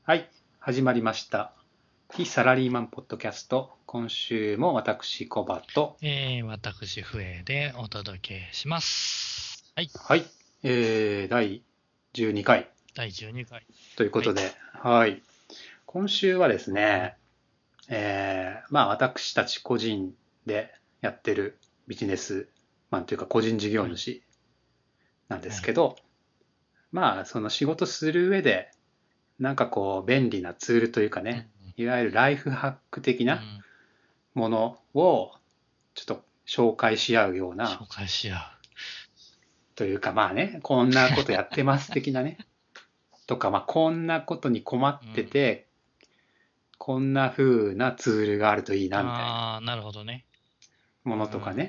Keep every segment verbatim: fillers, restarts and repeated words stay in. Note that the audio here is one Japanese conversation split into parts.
はい、始まりました。非サラリーマンポッドキャスト。今週も私、コバと、 えー、私、フエでお届けします。はい。 はい、えー、だいじゅうにかいだいじゅうにかい。 というこはい。 とで、はい、今週はですね、えー、まあ私たち個人でやってるビジネスマンというか個人事業はい。 主なんではい。 すけど、まあその仕事する上で、なんかこう便利なツールというかうん。 ね、いわゆるライフハック的なうん。 ものをちょっと紹介し合うような、 紹介し合というかまあね、こんなことやってます的なね、とかまあこんなことに困っう。うん。 てて、こんな風なツールがあるといいなみたいなあー、なるほどね。 もうん。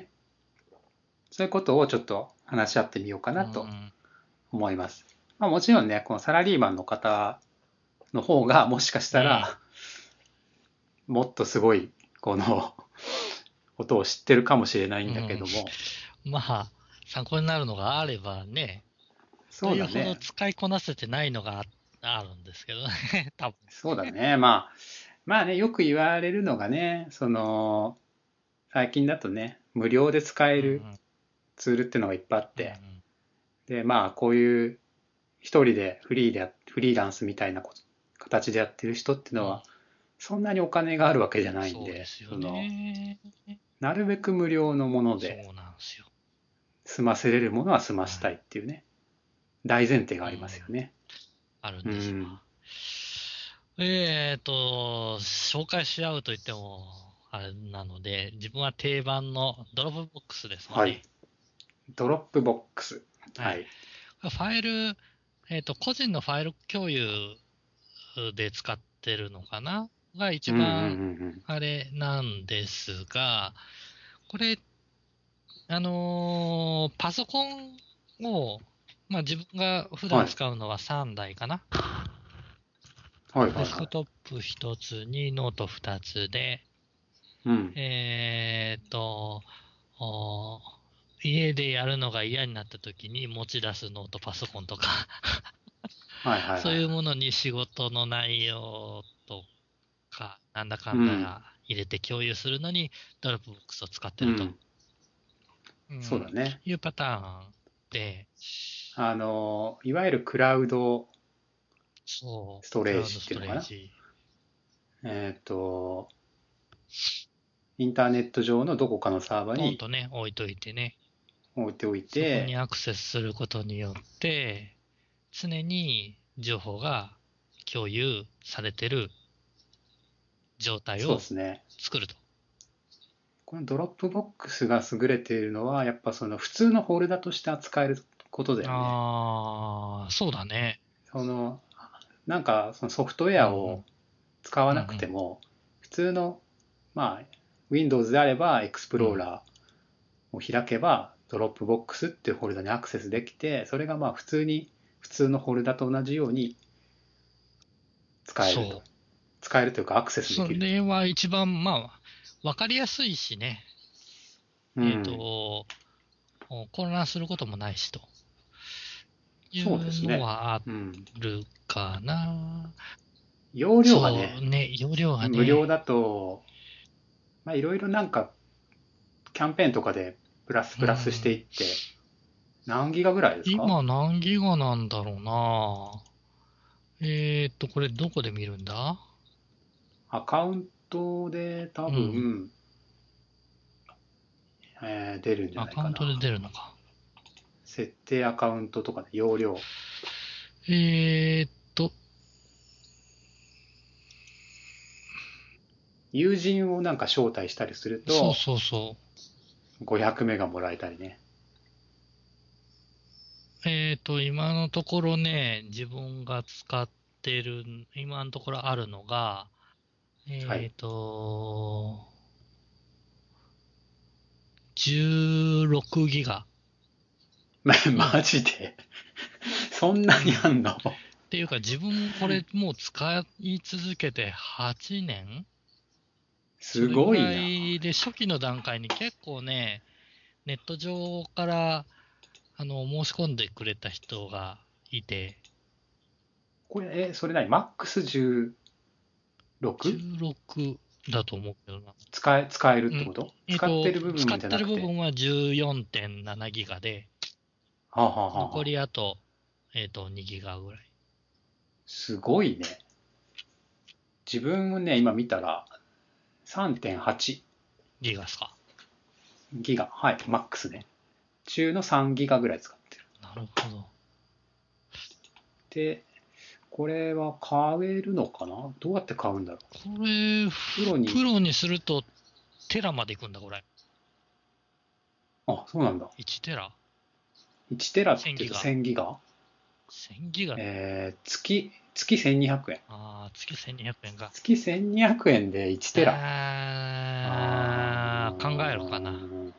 のとかね、そういうことをちょっと話し合ってみようかうなとん。 思います。まあもちろんね、このサラリーマンの方の方がもしかしうん。 たらもっとすごいこのことを知ってるかもしれないんだけうん。 ども、 まあ、参考になるのがあればね、というほどそうだね、 使いこなせてないのがああるんですけどね。多分。 そうだね、まあ、まあね、よく言われるのがね、その、最近だとね、無料で使えるうん。 ツールっていうのがいっぱいあっうん。うて、 ん。 で、まあ、こういう一人でフリーでフリーランスみたいなこと形でやってる人っていううん。 のは、そんなにお金があるわけじゃないんで、 そうですよその、 ね。 なるべく無料のものでそうなんですよ。 済ませれるものは済ませたいはい。 っていうね、大前提がありますようん。 ね。 あるんですわ。 うん。 えーと、紹介し合うと言っても、あれなので、自分は定番のドロップボックスですわはい。 ね。 ドロップボックス。 はい。 はい。 ファイル、えっと、個人のファイル共有で使ってるのかなが一うんうんう番んあれなんですが、これ、あのーパソコンを、まあ自分が普うん。はい。 段使うのはさんだいかな。 はいはいはい。 デスクトップひとつにノートふたつで、 うん。 えーと、お家でやるのが嫌になった時に持ち出すノートパソコンとかはいはいそうはい。 いうものに仕事の内容とか、なんだかうん。 んだ入れて共有するのにドロップボックスを使ってると、 うん。 うん、 そうだね。 いうパターンで、 あの、いわゆるクラウドそう、 ストレークラウドストジっていうのかな。 レージ、 えっと、インターネット上のどこかのサーバにポンとね、置いといてね、 置いておいそこにて、 アクセスすることによって、常に情報が共有されてる状態をそうですね。 作ると。 このドロップボックスが優れているのは、やっぱその普通のフォルダとして扱えることだよね。 ああ、そうだね。 その、なんかそのソフトウェアをうんうん。 使わなくてうんうん。 も、普通の、まあ、Windows であればうん。 Explorer を開けば、ドロップボックスっていうフォルダにアクセスできて、それがまあ普通に、普通のフォルダと同じように使えると。 そう。 使えるというかアクセスできると。 それは一番、まあ、わかりやすいしね。えっうん。 と、混乱することもないしといそうでうのすね。 はあうん。 るかな。 容量がね、 そうね、容量がね。 無料だと、まあいろいろなんかキャンペーンとかでプラスうプラスしていん。 って、何ギガぐらいですか？ 今何ギガなんだろうな。えっと、これどこで見るんだ？ アカウントで多うん。 分、えー出るんじゃアないかな。 カウントで出るのか。 設定アカウントとかで容量。 えーっと、 友人をなんか招待したりするそうと、 そうそごひゃくメガもらえたりね。 う。えーっと、今のところね、自分が使ってる、今のところあるのが、 はい。 えーっと、じゅうろくギガ。 ま、 うん。 マジでそんなにうん。 あんの？ っていうか自分これもう使い続けてはちねんそすれぐらごいな。 いで初期の段階に結構ね、ネット上からあの申し込んでくれた人がいて、 これ、え、それ何？ マックスじゅうろく？ じゅうろくだと思うけどな。 使え、使えるうん。 ってこと？ えっと、 使ってる部使っ分じゃなくて。 てる部分は じゅうよんてんななギガで、 はあ、はあはあ残はあ、 りあと、えっと、にギガぐらい。 すごいね。自分もね、今見たら さんてんはちギガっすか。 ギガ。はい、マックスね。中のさんギガぐらい使ってる。 なるほど。 で、これは買えるのかな？どうやって買うんだろこれ、 う。プロに、 プロにすると、テラまで行くんだ、これ。 あ、そうなんだ。 いちテラいちテラって ?せん言うとギガ。 せんギガ？ せんギガ。 えー、月、月せんにひゃくえん。 ああ、月せんにひゃくえんか。 月せんにひゃくえんでいちテラ。 あー、考えるかな。 あ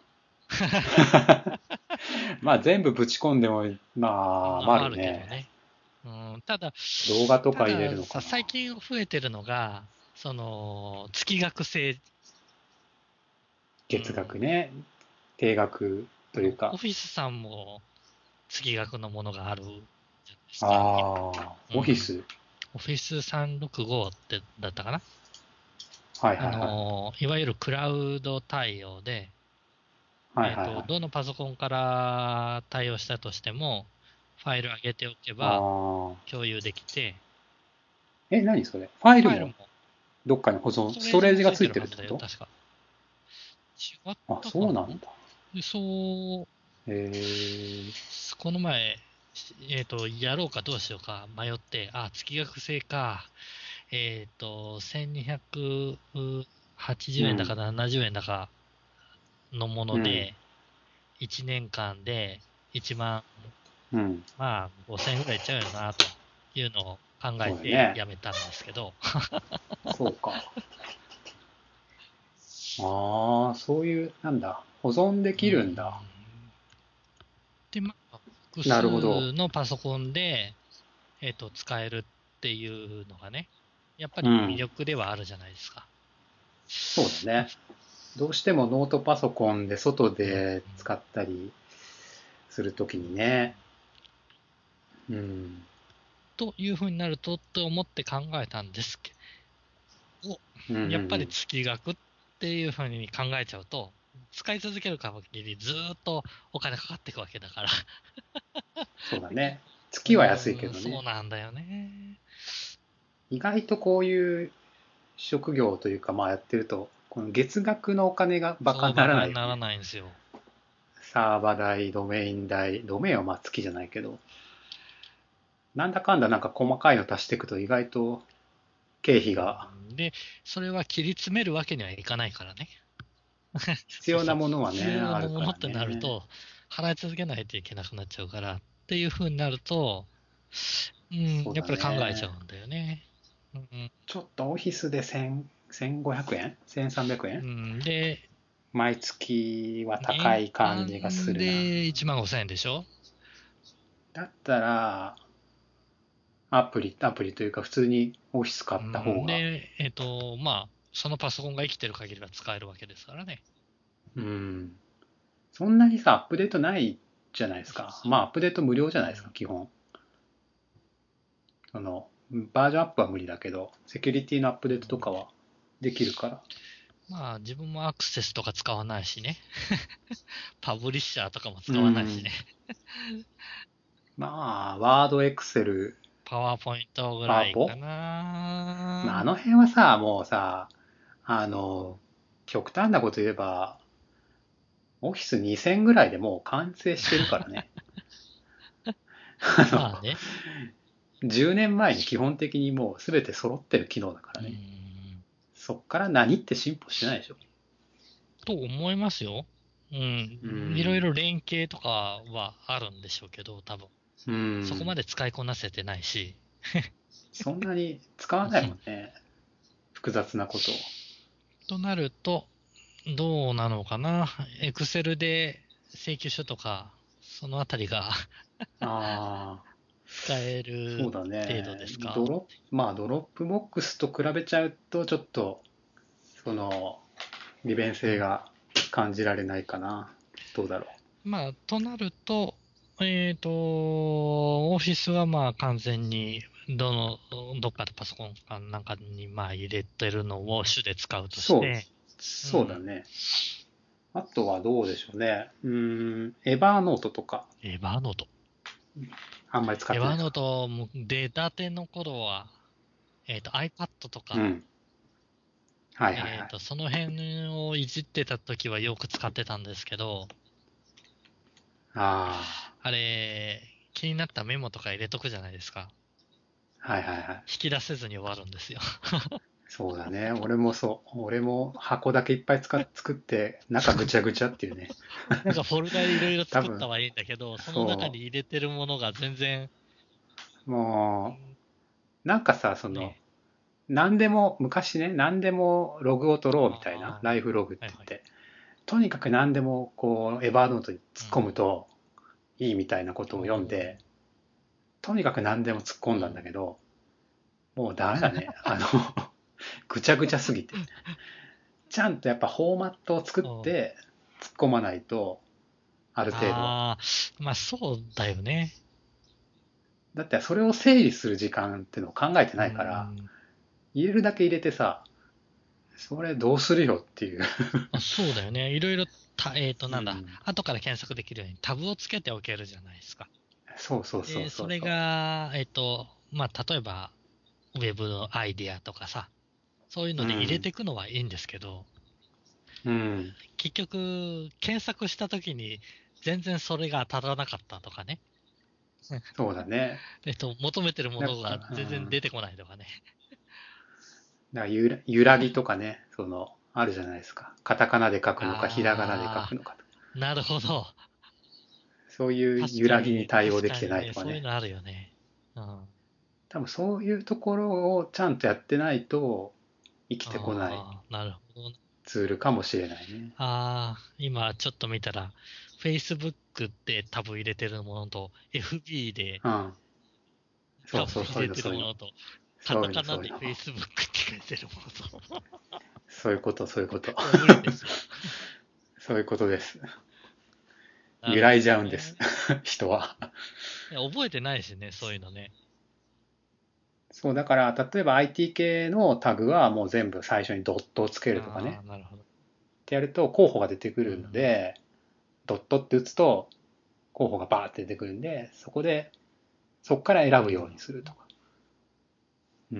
まあ全部ぶち込んでも、まあ、 まあ、あ余るるけどね。 ね。うん、ただ、 動画とたか入れるださ、 のかな。 最近増えてるのが、その、月額制、う月ん、 額ね。定額あの、 というか。 オフィスさんも月額のものがあるじゃないですか。 ああ、 うん。 オフィス。 オフィスさんびゃくろくじゅうごってだったかな。あはいはいはい。 の、いわゆるクラウド対応で、えっと、 はいはいはい。 どのパソコンから対応したとしても、ファイル上げておけばああ。 共有できて、 え、何それ？ファイルもファイルも、 どっかに保存、 ストストレージもついレージがついてるはずだよ、 てるってこと？ 確か。違っあ、 たかな。 そうなんだ。 で、そう、 へえ。 この前、えっと、やろうかどうしようか迷って、あ、月額制か。えっと、せんにひゃくはちじゅうえんだかうん。 ななじゅうえんだかのもうん。 ので、いちねんかんでいちまん、 うん。 まあ、ごせんえんぐらいいっちゃうよな、というのを考えてそうだね。 やめたんですけど、 そうか。ああ、そういう、なんだ。保存でうーきるんだ。 ん。で、まあ、複なるほど。 数のパソコンで、えっと、使えるっていうのがね、やっぱり魅うん。 力ではあるじゃないですか。 そうだね。どうしてもノートパソコンで外うん。 で使ったりするときにね。うん。 というふうになると、と思って考えたんですけど、 うんうんうやっぱりん。 月額っていうふうに考えちゃうと、使い続ける限りずーっとお金かかっていくわけだから。 そうだね。 う月は安いけーん、 どね。 そうなんだよね。 意外とこういう職業というか、まあやってると、この月額のお金がバカそう、 になバカになららないよね。 ないんですよ。 サーバー代、ドメイン代、ドメインはまあ月じゃないけど、なんだかんだなんか細かいの足していくと意外と経費がうん、で、それは切り詰めるわけにはいかないからね。 必要そうそう。 なものは必ね、 要なものっあるからてなるね。 と、払い続けないといけなくなっちゃうから、っていう風になると、うん、 そうだやっぱり考えちゃね。 うんだよね。うん、 ちょっとオフィスでせん、せんごひゃくえん？ せんさんびゃく 円うん、で、 毎月は高年い感じがす間るな。 でいちまんごせんえんでしょ？ だったら、アプリ、アプリというか普通にオフィス買った方うん、 が、 で、えっと、まあ、そのパソコンが生きてる限りは使えるわけですからね。 うん。そんなにさ、アップデートないじゃないですか。まあ、アップデート無料じゃないですか、 うん、 基本。その、バージョンアップは無理だけど、セキュリティのアップデートとかはできるから。 まあ、自分もアクセスとか使わないしね。パブリッシャーとかもう使わないしん。 ね。 まあ、ワード、エクセル、 パワーポイントぐパワポらいかな。 まあ、あの辺はさ、もうさ、あの、極端なこと言えば、オフィスにせんぐらいでもう完成してるからね。あまあね。 の、じゅうねんまえに基本的にもう全て揃ってる機能だかうーらね。 ん。 そっから何って進歩してないでしょ。 と思いますよ。ううん。いろいん。 ろ連携とかはあるんでしょうけど、多分。 うん。 そこまで使いこなせてないし。 そんなに使わないもんね。複雑なことを。 となると、どうなのかな。エクセルで請求書とか、そのあたりがああ、 使えるそうだ程度でね。 すか？ ドロップ、まあドロップボックスと比べちゃうと、ちょっと、その、利便性が感じられないかな。どうだろまあ、となると、 えっと、オフィスはまあ完全に、どの、どっかでパソコンかなんかにまあ入れてるのを主で使うとしそう、 て、うん。 そうだね。あとはどうでしょうね。うーん、エバーノートとか、 エヴァーノート。 あんまり使っエヴァーノーてないですか？ トも出たての頃は、えっと iPad とか、 うん。はいはいはい。 えっと、その辺をいじってた時はよく使ってたんですけど、 ああれ、気になったメモとか入れとくじゃないですか。 あ、はいはいはい。 引き出せずに終わるんですよ。 そうだね。俺もそう。俺も箱だけいっぱい使っ作って、中ぐちゃぐちゃっていうね。 なんかフォルダいろいろ多分、 作ったはいいんだけど、その中そに入れてるものが全然、 う。もんう、なんかさ、その、 ね、 何でも、昔ね、何でもログを取ろうみたいな、 ああ、 ライフログってはいはい。 言って、とにかく何でも、こう、エバーノートに突っ込むうん。 といいみたいなことを読んおで、とにかく何でも突っ込んだんだうん。 けど、もうダメだね。あのぐちゃぐちゃすぎて。ちゃんとやっぱフォーマットを作っおて突っ込まないと、ある程度は。 ああ、まあそうだよね。 だってそれを整理する時間っていうのを考えてうないから、 ん。 入れるだけ入れてさ、それどうするよっていう。 あ、そうだよね。いろいろ、た、えっと、なんだ。 うん。 後から検索できるようにタブをつけておけるじゃないですか。 そうそうそで、それうそうそが、えっと、まあ、例えば、ウェブのアイディアとかさ、そういうう。 ので入れうん。 ていくのはいいんですけど、 うん。 結局、検索したときに全然それが当たらなかったとかね。 そうだね。 えっと、求めてるものがなんか、うん。 全然出てこないとかね。 だからゆら揺らぎとかね、その、あるじゃないですか。カタカナで書くのか、ひらがなで書あくのかとか。 ー、なるほど。 そういう確揺らぎにかに、 対応できて確かにね、 ないとかね。 そういうのあるよね。うん。あ多分そういうところをちゃんとやってないと生きてこないあ、なるほど。 ツールかもしれないね。 ああ、今ちょっと見たら、Facebook でタブ入れてるものと、エフビー でうん。そタうそう、 ブ入れそういうの、そういうの。 てるものと、カそういうの、 タカナでそういうの。 Facebook って書いてるものと、 そういうこと、そういうこと。 これ無理ですよ。 そういうことです。 なるほ揺らいじゃうんです。 どね。 人は。 いや覚えてないしね、そういうのね。 そう、だから、例えば アイティー 系のタグはもう全部最初にドットをつけるとかね。 ああ、なるほど。 ってやると候補が出てくるのうん。 で、ドットって打つと候補がバーって出てくるんで、そこで、そこから選ぶようなるほど。 にするとか。うん。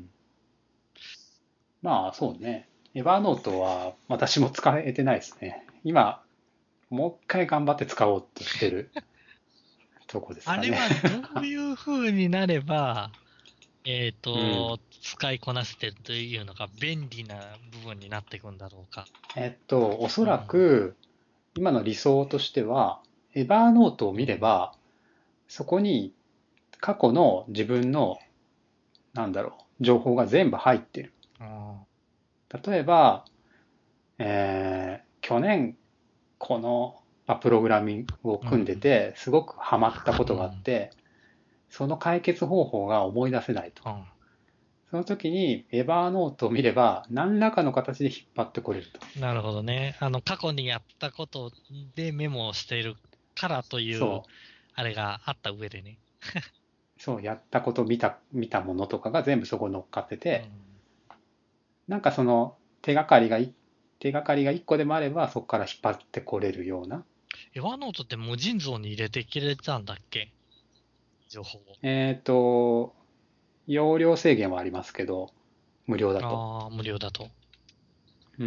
まあ、そうね。エヴァーノートは私も使えてないですね。今、もう一回頑張って使おうとしてるとこですかね。 あれはどういう風になれば、えっうん。 と、使いこなせてるというのが便利な部分になっていくんだろうか。 えっと、おそらうん。 く、今の理想としては、エヴァーノートをうん。 見れば、そこに過去の自分の、なんだろう、情報が全部入ってる。 あ例えば、えー去年このまあプログラミングをあ、う組んでん。 て、すごくハマったことがあっうん。 て、その解決方法が思い出せないと。 うん。 その時にエヴァーノートを見れば、何らかの形で引っ張ってこれると。 なるほどね。あの、過去にやったことでメモをしているからという、 そう、 あれがあった上でね。 そう、やったこと、見た、見たものとかが全部そこに乗っかってて、 うん。 なんかその手がかりがい、手がかりがいっこでもあれば、そこから引っ張ってこれるような。 エヴァノートって無尽蔵に入れてきれたんだっけ情報を。 えっと、容量制限はありますけど、無料だと。 ああ、無料だと。 うん。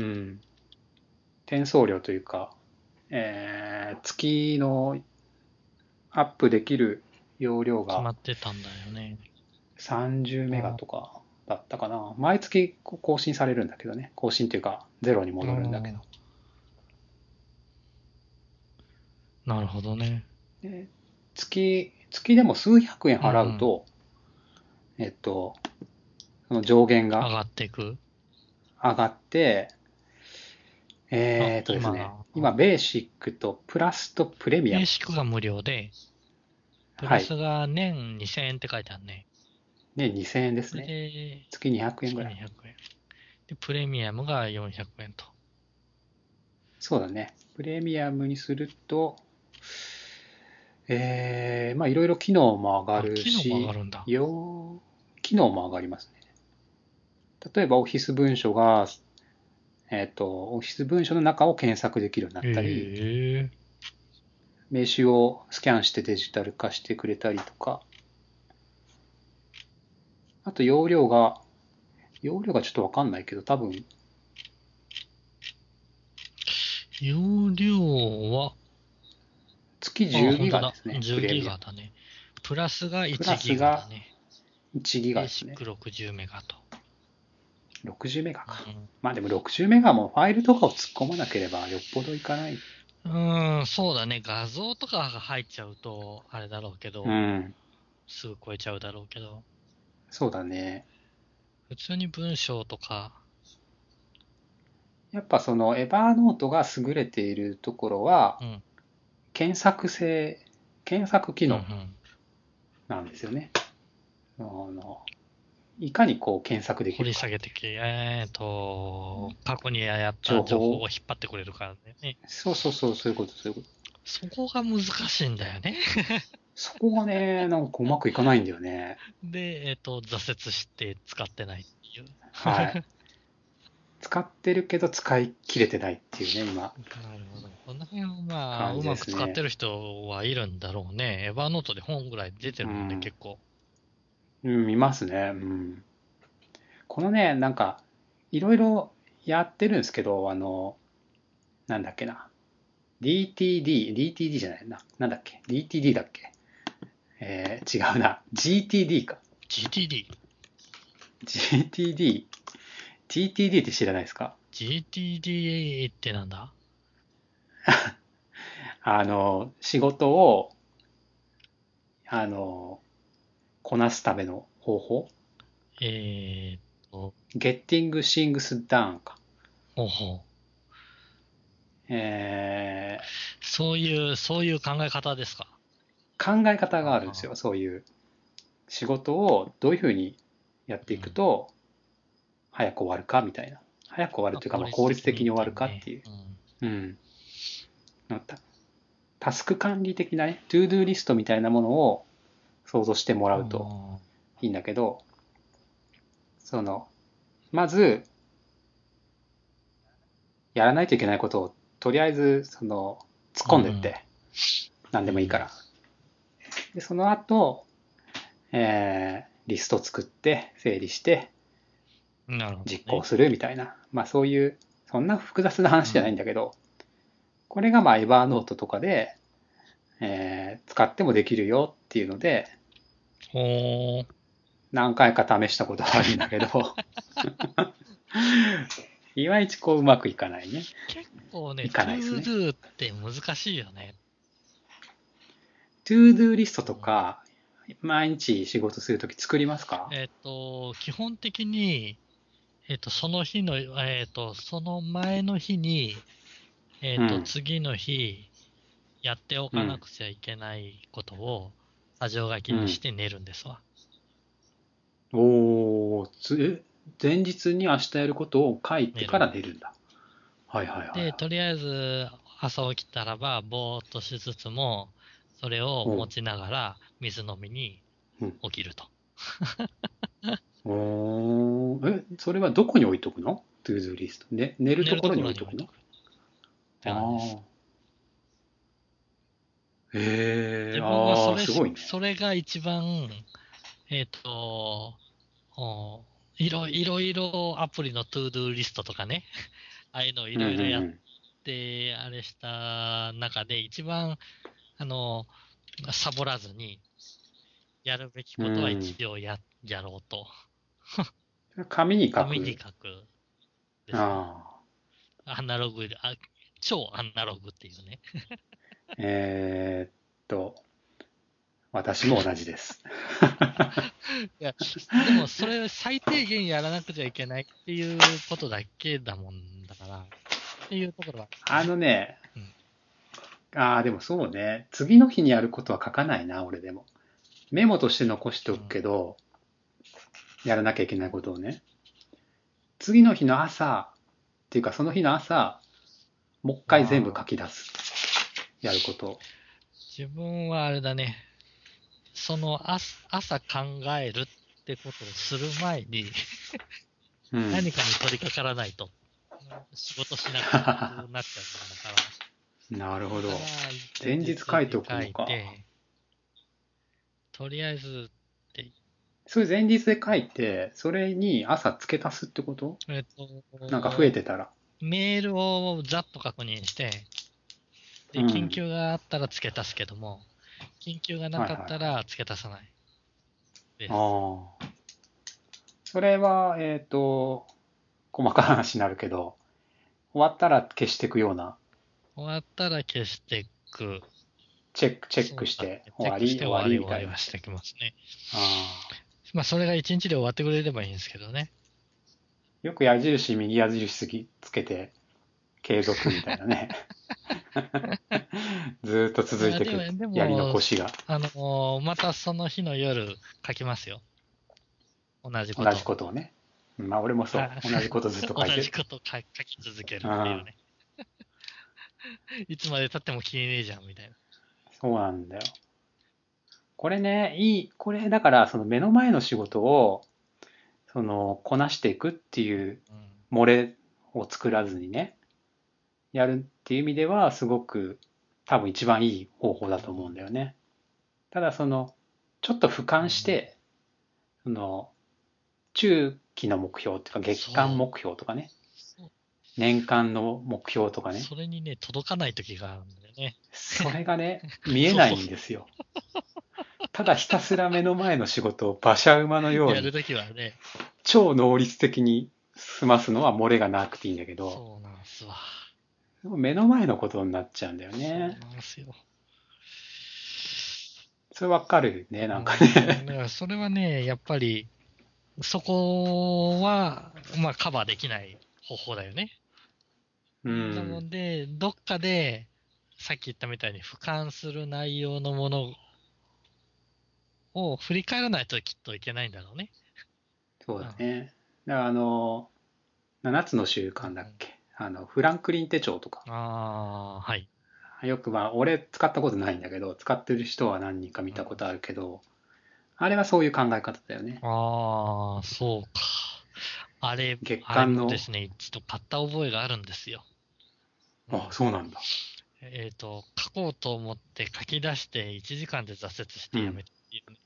転送量というか、えー月のアップできる容量が決まってたんだよね。 さんじゅうメガあとかだったかな。毎月更新されるんだけどね。更新というか、ゼロに戻るんだけど。 あ、なるほどね。 で月、月でも数百円うんうん。 払うと、えっと、その上限が上がっていく。 上がって、 あ、 えーっとですね、 今、 今、ベーシックとプラスとプレミアム。 ベーシックが無料で、プはい。 ラスが年にせんえんって書いてあるね。 ね、にせんえんですこれね。 で、 月にひゃくえんぐ月らい。 にひゃくえん。で、プレミアムがよんひゃくえんと。 そうだね。プレミアムにすると、 えー、まあいろいろ機能も上があ、 る機能も上がし、 るんだ。 よ、機能も上がりますね。例えばオフィス文書が、えっと、オフィス文書の中を検索できるようになったり、 ええ名刺をスキャンしてデジタル化してくれたりとか、あと容量が、容量がちょっとわかんないけど、多分、 容量は、 月あ、 じゅうギ本当だ。 ガですね、プ 10ギレミアム。 ガだね。プラスがプいちギラスがガだね。 いちギガベーですね。 シックろくじゅうメガと。 ろくじゅうメガか。 うん、 まあでもろくじゅうメガもファイルとかを突っ込まなければよっぽどいかない。 うーん、そうだね。画像とかが入っちゃうと、あれだろうけど、 うん。 すぐ超えちゃうだろうけど、 そうだね。 普通に文章とか、 やっぱそのエバーノートが優れているところは、 うん、 検索性、検索機うん、う能ん。 なんですよね。あの、いかにこう検索でき掘りるか。 下げてき、えーと、過去にやった情報情報を。 を引っ張ってくれるからね。 そうそうそう、そういうこと、そういうこと。 そこが難しいんだよね。 そこがね、なんかうまくいかないんだよね。 で、えっと、挫折して使ってないっていう。 はい。使ってるけど使い切れてないっていうね、今、 なるほど。この辺をまあ、 感じうまくですね。 使ってる人はいるんだろうね。エヴァーノートで本ぐらい出てるもんね、 うん。 結構。 うん、見ますね。うん。このね、なんか、いろいろやってるんですけど、あの、なんだっけな。ディーティーディー、ディーティーディー じゃないな。なんだっけ ?ディーティーディー だっけえー、違うな。ジーティーディー か。 ジーティーディー。 ジーティーディー。ジーティーディー って知らないですか？ ジーティーディー ってなんだ？ あの、仕事を、あの、こなすための方法。 えーっと、 Getting Things Done か。 ほうほう。 えそういう、そういう考え方ですか？ ー、考え方があるんですよ。 ああ、 そういう仕事をどういうふうにやっていくうん。 と早く終わるかみたいな。早く終わるまあ、 というか、まあ、 効率効率的にっ的に終わるていうね。 かっていう。 うん。 うん。タタスク管理的なね、トゥードゥーリストみたいなものを想像してもらうとあいいんだけど、その、まず、やらないといけないことを、とりあえず、その、突っあ、うん、 込んでって、何うん。 でもいいから。で、その後、えー、リスト作って、整理して、 なるほどね。 実行するみたいな。まあそういう、そんな複雑な話じゃないんうん。 だけど、これがまあエバーノートとかで、えー使ってもできるよっていうので、 ほー。 何回か試したことはあるんだけど、いまいちこううまくいかないね。 結構ね、 いかトないですね。 ゥードゥって難しいよね。 トゥードゥーリストうん。 とか、毎日仕事するとき作りますか？ えっと、基本的に、えっと、その日の、えっと、その前の日に、えっと、 うん。 次の日、やっておかなうん。 くちゃいけないことを、箇条書きうん。 にして寝るんですわ。 おー、つ、前日に明日やることを書いてか寝る。 ら寝るんだ。はいはいはいはで、 い。 とりあえず、朝起きたらば、ぼーっとしつつも、それをうん。 持ちながら、水飲みにうん。 起きると。 おー、え、それはどこに置いとくの？トゥードゥーリスト。ね、寝るところ寝るとこに置いとくの？ ろに置いとく。って感じです。 ああ、へえ、 自分はああ、 それし、 すごいね。 それが一番、えっと、おいろいろいろアプリのトゥードゥーリストとかね、ああいうのをいうんうろいろやっんて、あれした中で一番、あの、サボらずに、やるべきうん。 ことはうん。 一応や、やろうと。 紙に書紙にく。 書くですわ。 ああ、 アナログで、あ、超アナログっていうね。 えーっと、私も同じです。 いや、でもそれ最低限やらなくちゃいけないっていうことだけだもんだから、っていうところはあね。 のね、 うん。 ああ、でもそうね。次の日にやることは書かないな、俺でも。メモとして残しておくうん。 けど、やらなきゃいけないことをね。次の日の朝、っていうかその日の朝、もう一回全部ああ。 書き出す。やることを。 自分はあれだね、その朝朝考えるってことをする前に、 うん。 何かに取り掛からないと、仕事しなくなっちゃうんだから、 なるほど。 だから、前前日日書いとに書いくのか。 て、とりあえずって、 それ前日で書いて、それに朝付け足すってこと？ えっなんか増えと、 てたら。 メールをざっと確認して、で、緊うん。 急があったら付け足すけども、緊急がなかっはいはいはい。あたら付け足さないです。 あ。それは、えっと、細かい話になるけど、終わったら消していくような、 終わったら消していく。 チェック、チェッそうだね。 クして、終チェックしわり、終わて終わり終りみたいな。 わりはしてきますね。 ああ。 まあ、それが一日で終わってくれればいいんですけどね。 よく矢印、右矢印すぎつけて、継続みたいなね。ずーっと続いていく、 あでも、でやりも、 残しが。 あの、またその日の夜書きますよ。同じこ同じと。 ことをね。まあ俺もそあう。同じことずっと同書いてる。 じこと書書き続けるうん。 っていうね。いつまで経っても消えねえじゃん、みたいな。 そうなんだよ。これね、いい、これだからその目の前の仕事を、そのこなしていくっていううん。 漏れを作らずにね、やるっていう意味ではすごく多分一番いい方法だと思うんだよね。ただその、ちょっと俯うん。 瞰して、その、中期の目標っていうか月間そう。 目標とかね、 そう。 年間の目標とかね、 それにね、届かない時があるんだよね。 それがね、見えそう。 ないんですよ。ただひたすら目の前の仕事を馬車馬のようにやる時はね、 超能率的に済ますのは漏れがなくていいんだけど、 そうなんすわ。 目の前のことになっちゃうんだよね。 そうなんすよ。 それわかるね、 うなんかん。 ね。 だからそれはね、やっぱり、そこは、まあ、カバーできない方法だよね。 うなのん。 で、どっかで、さっき言ったみたいに俯瞰する内容のものを振り返らないときっといけないんだろうね。 そううん。うんだね。だからあの、ななつの習うん。 慣だっけ？あの、フランクリン手帳とか。 ああ、はい。 よくまあ、俺使ったことないんだけど、使ってる人は何人か見うん。 たことあるけど、あれはそういう考え方だよね。 ああ、そうか。あれ、 月あれ間の、 もですね、一度買った覚えがあるんですよ。うあ、 ん。 そうなんだ。 えっと、書こうと思って書き出していちじかんで挫折しうん。 てやめたっていうね。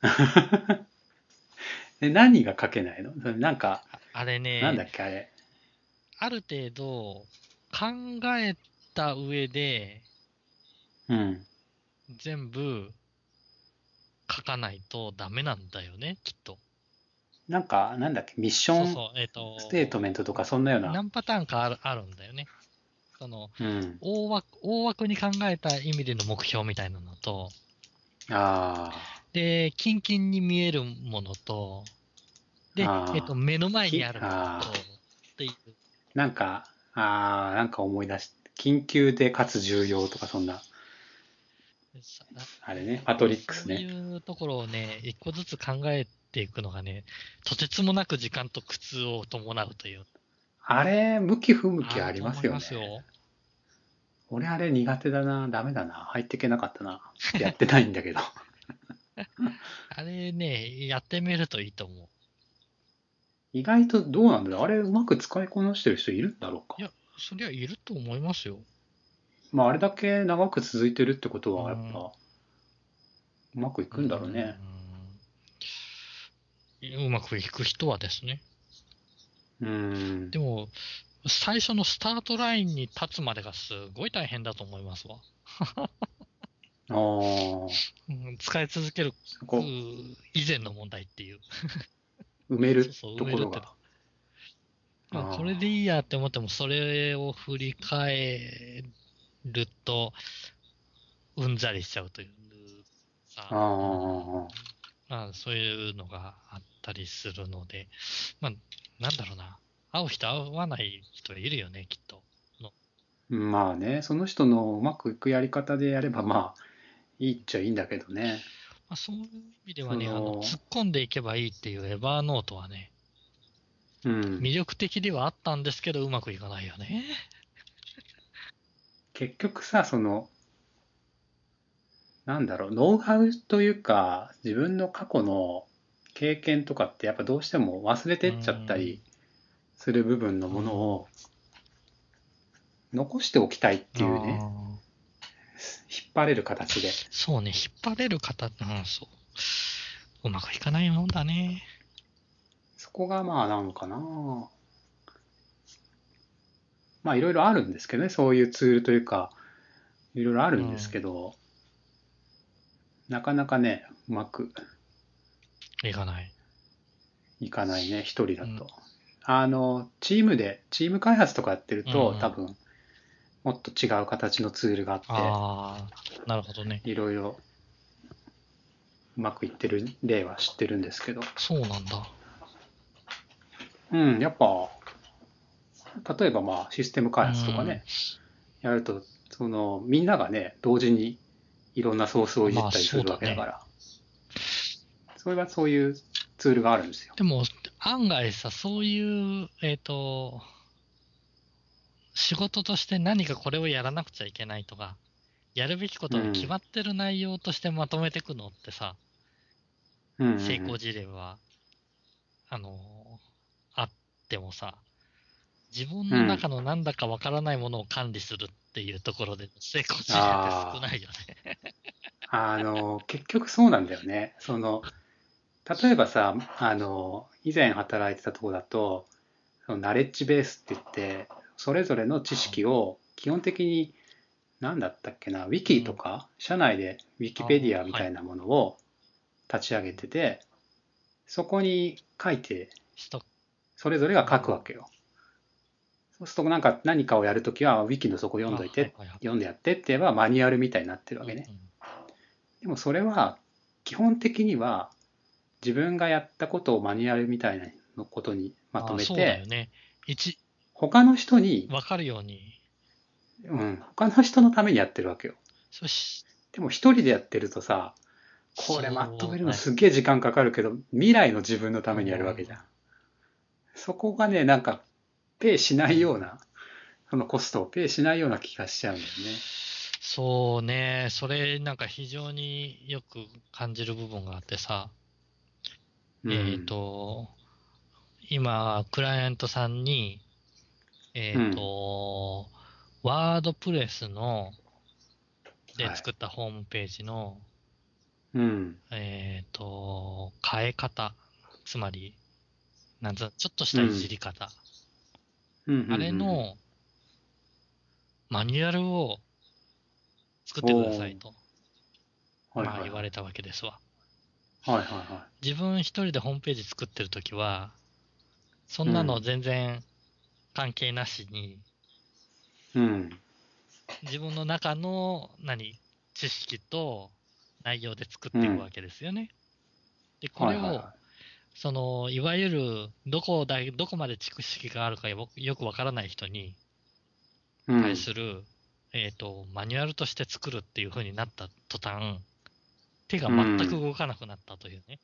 で、何が書けないの？それなんか、 ああれね、 なんだっけ、あれ。 ある程度考えた上でうん。 全部書かないとダメなんだよね、きっと。 なんか、なんだっけ、ミッションそうそう、えっステートと、 メントとか、そんなような。 何パターンかある、あるんだよね。その、 うん。 大枠、大枠に考えた意味での目標みたいなのと、 あで、キンキンに見えるものと、 あ、 で、えっと、 ああ、 目の前にき、 あるものと、 ああ、 っていう、 なんか、ああ、なんか思い出し、緊急でかつ重要とか、そんな、 さあれね、マトリックそうスね。 いうところをね、一個ずつ考えていくのがね、とてつもなく時間と苦痛を伴うという、 あれ、向き不向きありあると思いますよね。 ますよ。 俺あれ苦手だな、ダメだな、入っていけなかったな。やってないんだけど。 あれね、やってみるといいと思う。 意外とどうなんだろう。あれ、うまく使いこなしてる人いるんだろうか。 いや、そりゃいると思いますよ。 まあ、あれだけ長く続いてるってことは、やっうん。 ぱ、うまくいうくんだろうね。 ん。うまくいく人はですね。 うーん。 でも、最初のスタートラインに立つまでがすごい大変だと思いますわ。 ああ、 うん、使い続けるそこ、 以前の問題っていう。 埋めるそうそう、埋めるっての。 ところが。 まあ、これであいいやって思っても、それを振り返ると、うんざりしちゃうというあ、 さ、うん、 ああ、 まあ、そういうのがあったりするので、まあ、なんだろうな。会う人、会わない人いるよね、きっと。のまあね、その人のうまくいくやり方でやれば、まあ、いいっちゃいいんだけどね。 まあ、そういう意味ではそね、あの、突の、 っ込んでいけばいいっていうエバーノートはね、 うん。 魅力的ではあったんですけど、うまくいかないよね。 結局さ、その、 なんだろう、ノウハウというか、自分の過去の経験とかってやっぱどうしても忘れうてっちゃったん。 りする部分のうん。 ものを残しておきたいっていうね、 ああ。 引っ張れる形で。 そうね、引っ張れる方、うん、そう。うまくいかないもんだね。 そこがまあなんかな。まあいろいろあるんですけどね、そういうツールというか、いろいろあるんですうん。 けど、なかなかね、うまくいかない。 いかないね、一人だうん。 と。あの、チームで、チーム開発とかやってると、多うんうん。 分、もっと違う形のツールがあって、 ああ、なるほどね。 いろいろうまくいってる例は知ってるんですけど、 そうなんだ。 うん、やっぱ、例えばまあ、システムう開発とかん。 ね、やると、その、みんながね、同時にいろんなソースをいじっまあ、 たりするそうだね。 わけだから、それはそういうツールがあるんですよ。 でも、案外さ、そういう、えっと、仕事として何かこれをやらなくちゃいけないとか、やるべきことが決うん。 まってる内容としてまとめていくのってさ、 うんうんう成功ん。 事例は、あの、あってもさ、自分のうん。 中のなんだかわからないものを管理するっていうところで成功事例って少あないよね。 あ、あの、結局そうなんだよね。その、例えばさ、あの、以前働いてたところだと、そのナレッジベースって言って、それぞれの知識を基本的に、何だったっけな、ウィうん。 キとか、社内でウィキああ、 ペディアみはい。 たいなものを立ち上げてて、そこに書いて、 しと、 それぞれがうん。 書くわけよ。そうするとなんか何かをやるときは、ウィキのそこ読んあ、 どいて、 はいはいはい。 読んでやってって言えばマニュアルみたいになってるわけね。 うんうん。 でもそれは、基本的には自分がやったことをマニュアルみたいなのことにまとああ、そうだめて、 よね。一、 他の人に、 わかるように。 うん、他の人のためにやってるわけよ。 そし、 でも一人でやってるとさ、これまとめるのそうね。 すっげえ時間かかるけど、未来の自分のたうめにやるわけじゃん。 ん。 そこがね、なんか、ペイしなうん。 いような、そのコストをペイしないような気がしちゃうんだよね。 そうね。それなんか非常によく感じる部分があってさ、えっうん。 と、今、クライアントさんに、えっうん。 と、ワードプレスの、ではい。 作ったホームページの、 うん。 えっと、変え方。つまり、なんぞ、ちょっとしたいじうん。 り方。 うん。うん。うん。うあれん。 のマニュアルを作ってくださおー。 いと、 はいはいはい。 まあ言われたわけですわ。 はいはいは自分一人でホームページ作ってるときは、そい。うんなのん。 全然関係なしに、 うん。 自分の中の何、知識と内容で作っうん。 ていくわけですよね。で、これを、 はいはいはその、いわゆる、どこだ、どこまで知識があるかよよくわからない人にい。う対ん。 する、えっと、マニュアルとして作るっていう風になった途端、手がう全くん。 動かなくなったというね。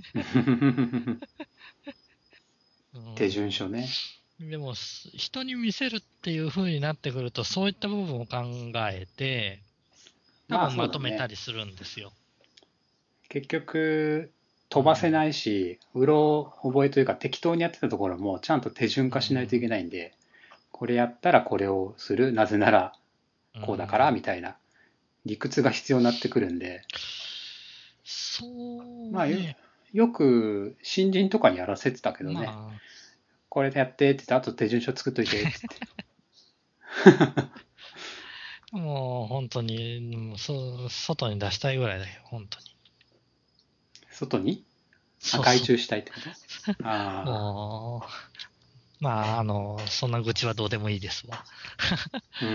う手順書ん。 ね。 でも、す人に見せるっていう風になってくると、そういった部分を考えて、多まあ分そうだね。 まとめたりするんですよ。 結局、飛ばせうん。 ないし、うろ覚えというか適当にやってたところもちゃんと手順う化しないといけん。 ないんで、これやったらこれをする、なぜならうこうだからん。 みたいな理屈が必要になってくるんで、 そまあよ、 うね。 よく新人とかにやらせてたけどね、 まあ、 これでやってって言って、あと手順書作っといてってもう本当に、もうそ外に出したいぐらいだよ、本当に。 外にあ、 そうそ外注したいってこと？ う。 あもう、まあ、あの、そんな愚痴はどうでもいいですわ。 あ、うん。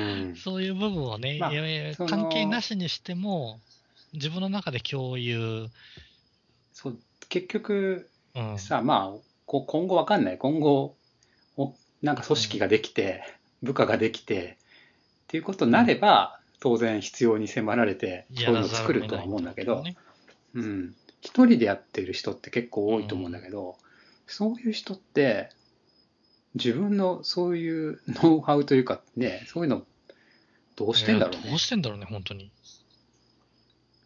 そういう部分をね、 まあ、 いやいやそ関係なの、 しにしても、自分の中で共有、 そう、結局うん、 さ、まあ、こ今後わかんない。今後、おなんか組うん、 織ができて、部下ができて、っていうことになうん、 れば、当然必要に迫られて、 やそういうのをらざるを作るとは得ないって思うんだけど、 ことよね。 うん。一人でやってる人って結構う多いと思うんだん。 けど、そういう人って自分のそういうノウハウというかね、そういうのどうしてんいや、どだろうね。 うしてんだろうね、本当に。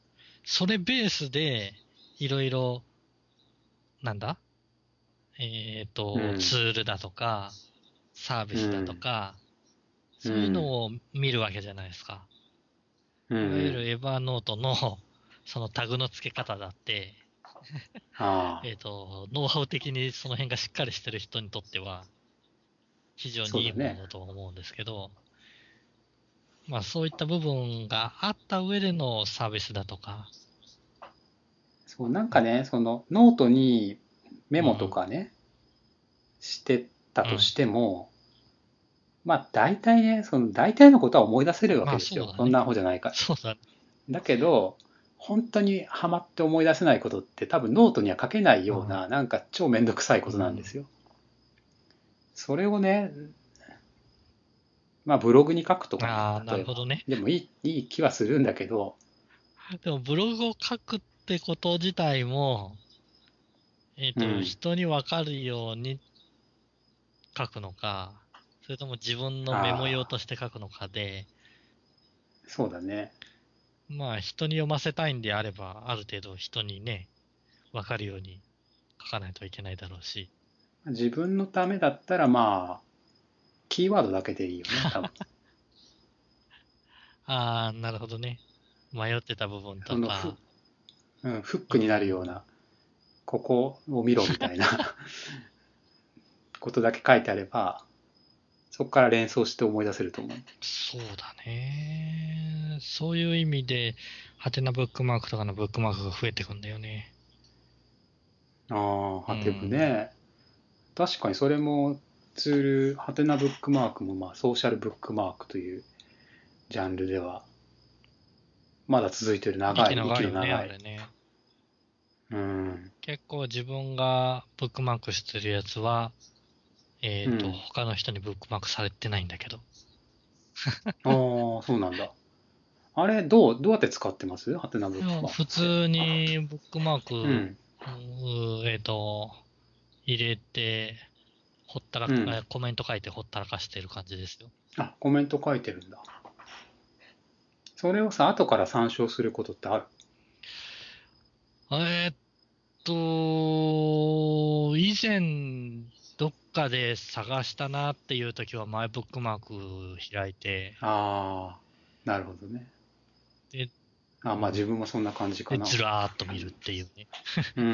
それベースで、いろいろ、なんだえっと、ツうん。 ールだとか、サービスだとうん。 か、そういううん。 のを見るわけじゃないですか。 うん。ういわゆるん。 エヴァノートの、そのタグの付け方だって、 ああ、 えっと、ノウハウ的にその辺がしっかりしてる人にとっては、非常にいいものそうだね。 だと思うんですけど、まあそういった部分があった上でのサービスだとか、 そう、なんかね、そのノートにメモとうん、 かね、してたうん。 としても、まあ大体ね、その大体のことは思い出せるわまあけですよ。 そうだね。 そんなアホじゃないから。 そうだね。 だけど、本当にハマって思い出せないことって多分ノートには書けないような、なんか超めんどくさいことなんでうん。 すよ。それをね、まあブログに書くとかね、 ああ、な例えば。 るほどね。 でもいい、いい気はするんだけど、 でもブログを書くってこと自体も、えっと、 うん。 人にわかるように書くのか、それとも自分のメモ用ああ、 として書くのかで、 そうだね。 まあ人に読ませたいんであれば、ある程度人にね、わかるように書かないといけないだろうし。 自分のためだったらまあ、キーワードだけでいいよね、多分。 ああ、なるほどね。迷ってた部分とそのフ、 か、 うん、フッうクになるようん。 な、ここを見ろみたいなことだけ書いてあれば、そこから連想して思い出せると思う。 そうだね。そういう意味で、ハテナブックマークとかのブックマークが増えてくんだよね。 ああ、 うハテブん。 ね。確かにそれもツール、ハテナブックマークもまあソーシャルブックマークというジャンルではまだ続いてる長息い、息長いよね、 の長い。 あれね。 うん。 結構自分がブックマークしてるやつは、えっと、 うん。 他の人にブックマークされてないんだけど。 ああ、そうなんだ。あれ、どう、どうやって使ってますハテナブックでも、 マークって。 普通にブックマーク、 うん。 うえっと、入れて、ほったらか、 うん。 えコメント書いてほったらかしてる感じですよ。 あ、コメント書いてるんだ。それをさ、後から参照することってある？ えーっと、以前、どっかで探したなっていう時は、マイブックマーク開いて、 ああ、なるほどね。 で、 あ、まあ自うん。 分もそんな感じかで、 な。 ずらーっと見るっていうね。 うん。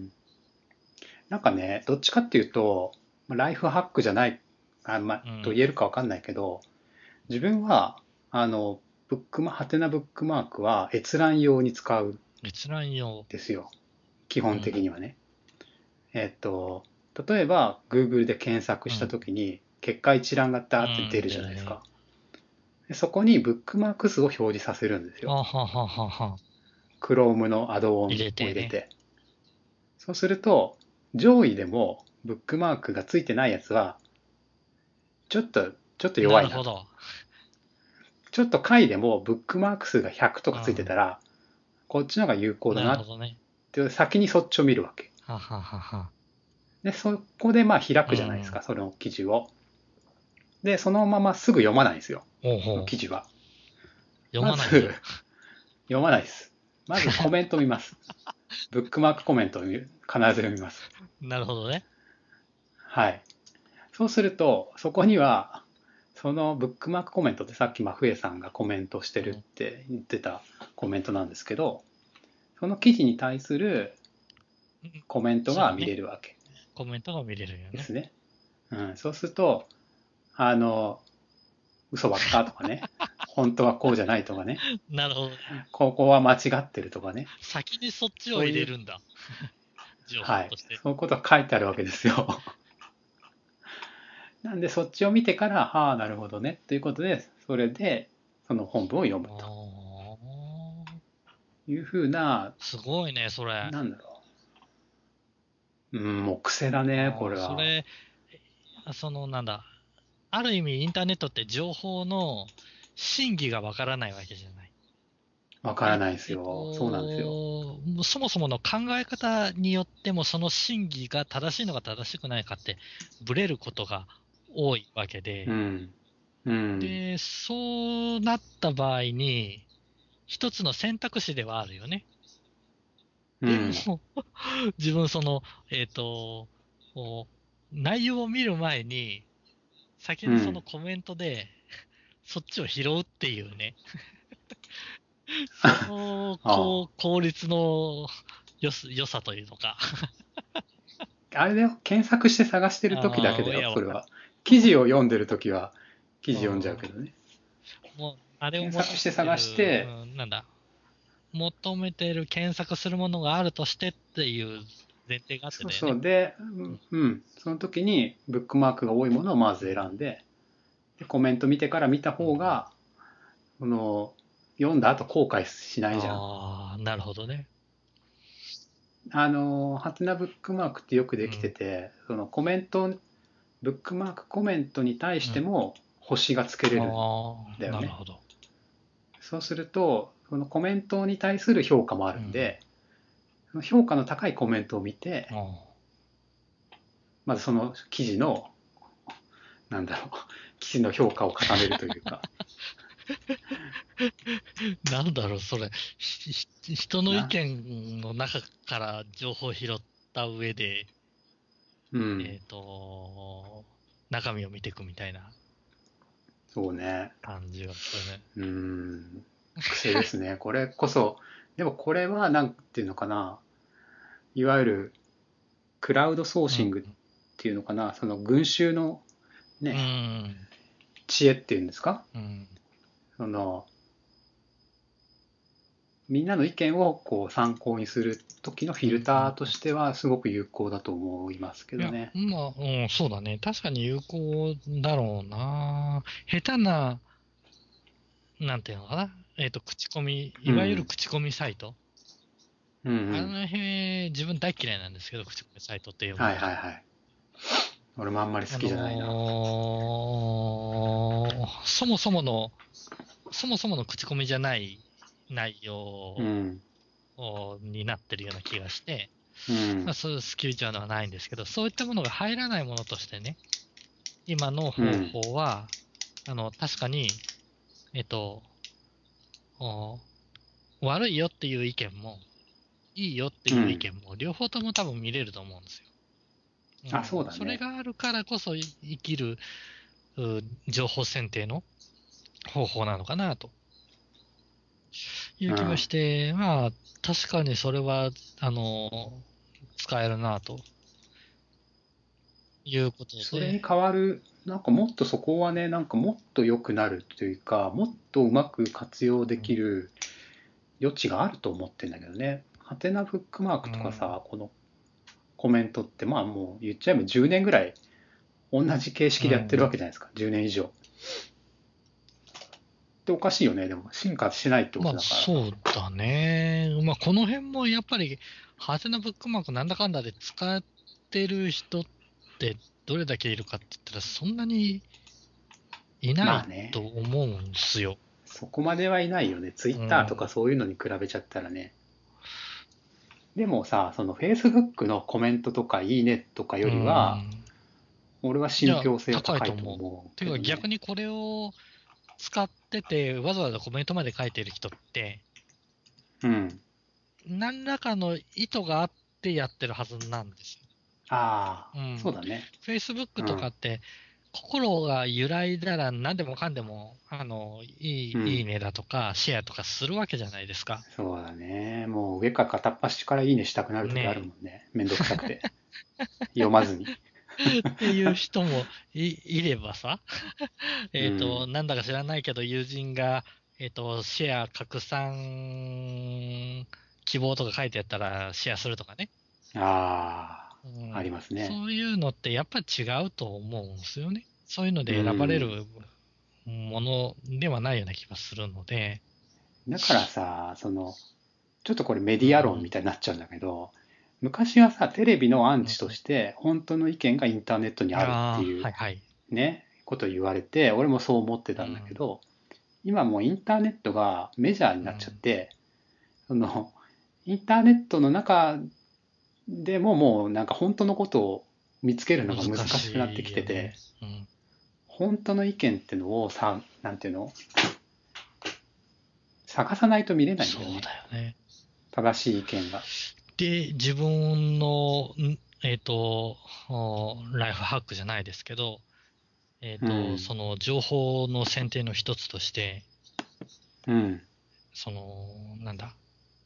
なんかね、どっちかっていうと、ライフハックじゃない、あ、まあ、とうん。 言えるかわかんないけど、自分は、あの、ブックマ、ハテナブックマークは閲覧用に使うん閲覧用。 ですよ。基本うん。 的にはね。えっと、例えば Google で検索したうん。 ときに結果一覧がうダーって出ん。 るじ出るね。 ゃないですか。でそこにブックマーク数を表示させるんですよ。 はあ、はあはあはあはあ、 Chrome のアドオ入ンれてね。 を入れて。そうすると、上位でもブックマークがついてないやつは、ちょっと、ちょっと弱いなと。 なるほど。 ちょっと下位でもブックマーク数がひゃくとかついてたうん。 ら、こっちの方が有効だなるなっほどね。 て先にそっちを見るわけ。 はあはあはあはあ。 で、そこでまあ開くじゃないですうん。 か、その記事を。で、そのまますぐ読まないんですよ、 ほうほう。 記事は。 読まないんだ。 まず、読まないです。まずコメント見ます。ブックマークコメントを必ず読みます。 なるほどね。 はい。そうすると、そこには、そのブックマークコメントってさっきまあふえさんがコメントしてるっうん。 て言ってたコメントなんですけど、その記事に対するうん、 コメントが見そうね。 れるわけコメントが見れるよね。 ですね。うん、そうすると、あの、嘘ばっかとかね、本当はこうじゃないとかね、 なるほどね。 ここは間違ってるとかね、 先にそっちをそういう、 入れるんだ。情はい、 報として。 そういうことが書いてあるわけですよ。なんでそっちを見てから、はあ、なるほどね、ということで、それでその本文を読むとああ、 いうふうな、 すごいね、それ。 なんだろう、うん、もう癖だね、こああ、 れは。 それ、その、なんだ。ある意味、インターネットって情報の真偽がわからないわけじゃない。いわからないですえっよ。そうなんですよ。 と、そもそもの考え方によっても、その真偽が正しいのか正しくないかって、ブレることが多いわけで、 うん。うん。 で、そうなった場合に、一つの選択肢ではあるよね。 でうん。 も、自分その、えっ、と、こう内容を見る前に、先にそのうん。 コメントで、そっちを拾うっていうね、その、こあう、効率の良す、良さというのか。 あ。あれだよ。検索して探してる時だけああ、 だよ、 いや、わかる。 それは。記事を読んでる時は、記う事読んじゃうけん。 どね。 もう、あれを検索求めして探してる、 て、 うん、なんだ、求めてる検索するものがあるとしてっていう前提があってだよね。 そうそう。で、 うん。 うん。その時に、ブックマークが多いものをまず選んで、でコメント見てから見たうん。うん。 方が、この、読んだ後後悔しないじゃん。 ああ、なるほどね。 あの、ハテナブックマークってよくできてうん。 て、そのコメント、ブックマークコメントに対うん。 しても星がつけれるんああ、 だよね。 なるほど。 そうすると、そのコメントに対する評価もあうん。 るんで、その評価の高いコメントを見て、 ああ。 まずその記事の、なんだろう、記事の評価を固めるというか、 なんだろう、それ。ひひ人の意な、 見の中から情報を拾った上で、 うん、 えっと、中身を見ていくみたいなそうね、 感じがするね。 うん、癖ですね。これこそ、でもこれはなんていうのかな、いわゆるクラウドソーうん。 シングっていうのかな、その群衆のうね、 ん。 知恵っていうんですか、 うん。 そのみんなの意見をこう参考にする時のフうん。 ィルターとうん。 してはすごく有効だと思いますけいや、 どね。 まあ、うん、そうだね。確かに有効だろうな。下手な、なんていうのかな。えっと、口コミ、いわゆるうん。 口コミサイト。 うんうん。 あの辺、自分大嫌いなんですけど、口コミサイトっていうもはいのが。 はいはい。俺もあんまり好あきじゃないな。 のーそもそもの、そもそもの口コミじゃない内容うん。 になってるような気がして、まあ、 うん。 そういうスキルチャーではないんですけど、そういったものが入らないものとしてね、今の方うん。 法は、あの、確かに、えっと、お悪いよっていう意見も、いいよっていう意うん。 見も、両方とも多分見れると思うんですよ。うあ、そうん、それだね。 があるからこそ生きるう情報選定の方法なのかなという気がうん。 して、まあ、確かにそれは、あの、使えるなということで、 それに代わる、なんかもっとそこはね、なんかもっと良くなるというか、もっとうまく活用でうん、 きる余地があると思ってんだけどね。ハテナブックマーうん、 クとかさ、このコメントってまあもう言っちゃえばじゅうねんぐらい同じ形式でやってるわうん。 けじゃないですか。じゅうねん以上。っておかしいよね。でも進化しないってこまあ、 とだからさ。 そうだね。まあ、この辺もやっぱり、ハテナブックマークなんだかんだで使ってる人ってどれだけいるかって言ったらそんなにいないまあね。 と思うんですよ。 そこまではいないよね。ツイうッターとかん。 そういうのに比べちゃったらね。でもさ、その Facebook のコメントとかいいねとかうよりは、 ん。 俺はじゃあ、 信憑性は高いと高いと思う。 思うていうかけどね。 逆にこれを使ってて、わざわざコメントまで書いてる人って、 うん。 何らかの意図があってやってるはずなんですよ。 ああ、 うん。 そうだね。 Facebook うん。 とかって、心が揺らいだら何でもかんでも、あの、いい、いいうん。 ねだとか、シェアとかするわけじゃないですか。 そうだね。もう上か片っ端からいいねしたくなる時あるねもんね。めんどくさくて。読まずに。 え。っていう人もい、いればさ、えっと、 うん。 なんだか知らないけど、友人が、えっと、シェア拡散希望とか書いてやったらシェアするとかね。 あうあ、ありん。 ますね。 そういうのってやっぱり違うと思うんですよね。そういうのうで選ばれん。 るものではないような気がするので、 だからさ、その、ちょっとこれメディア論みうん。 たいになっちゃうんだけど、昔はさ、テレビのアンうん。 チとして、本当の意見がインターネットにあるってああ、 いうはいはい。 ね、ことを言われて、俺もそう思ってたんだけうん。 ど、今もうインターネットがメジャーになっちゃっうん。 て、その、インターネットの中でももうなんか本当のことを見つけるのが難難しくなってしきてて、 いよね。うん。 本当の意見ってのをさ、なんていうの、探さないと見れないんそうだよね。 だよね。 正しい意見が。 で、自分の、んえっと、おライフハックじゃないですけど、えっと、 うん。 その情報の選定の一つとして、 うん。 その、なんだ、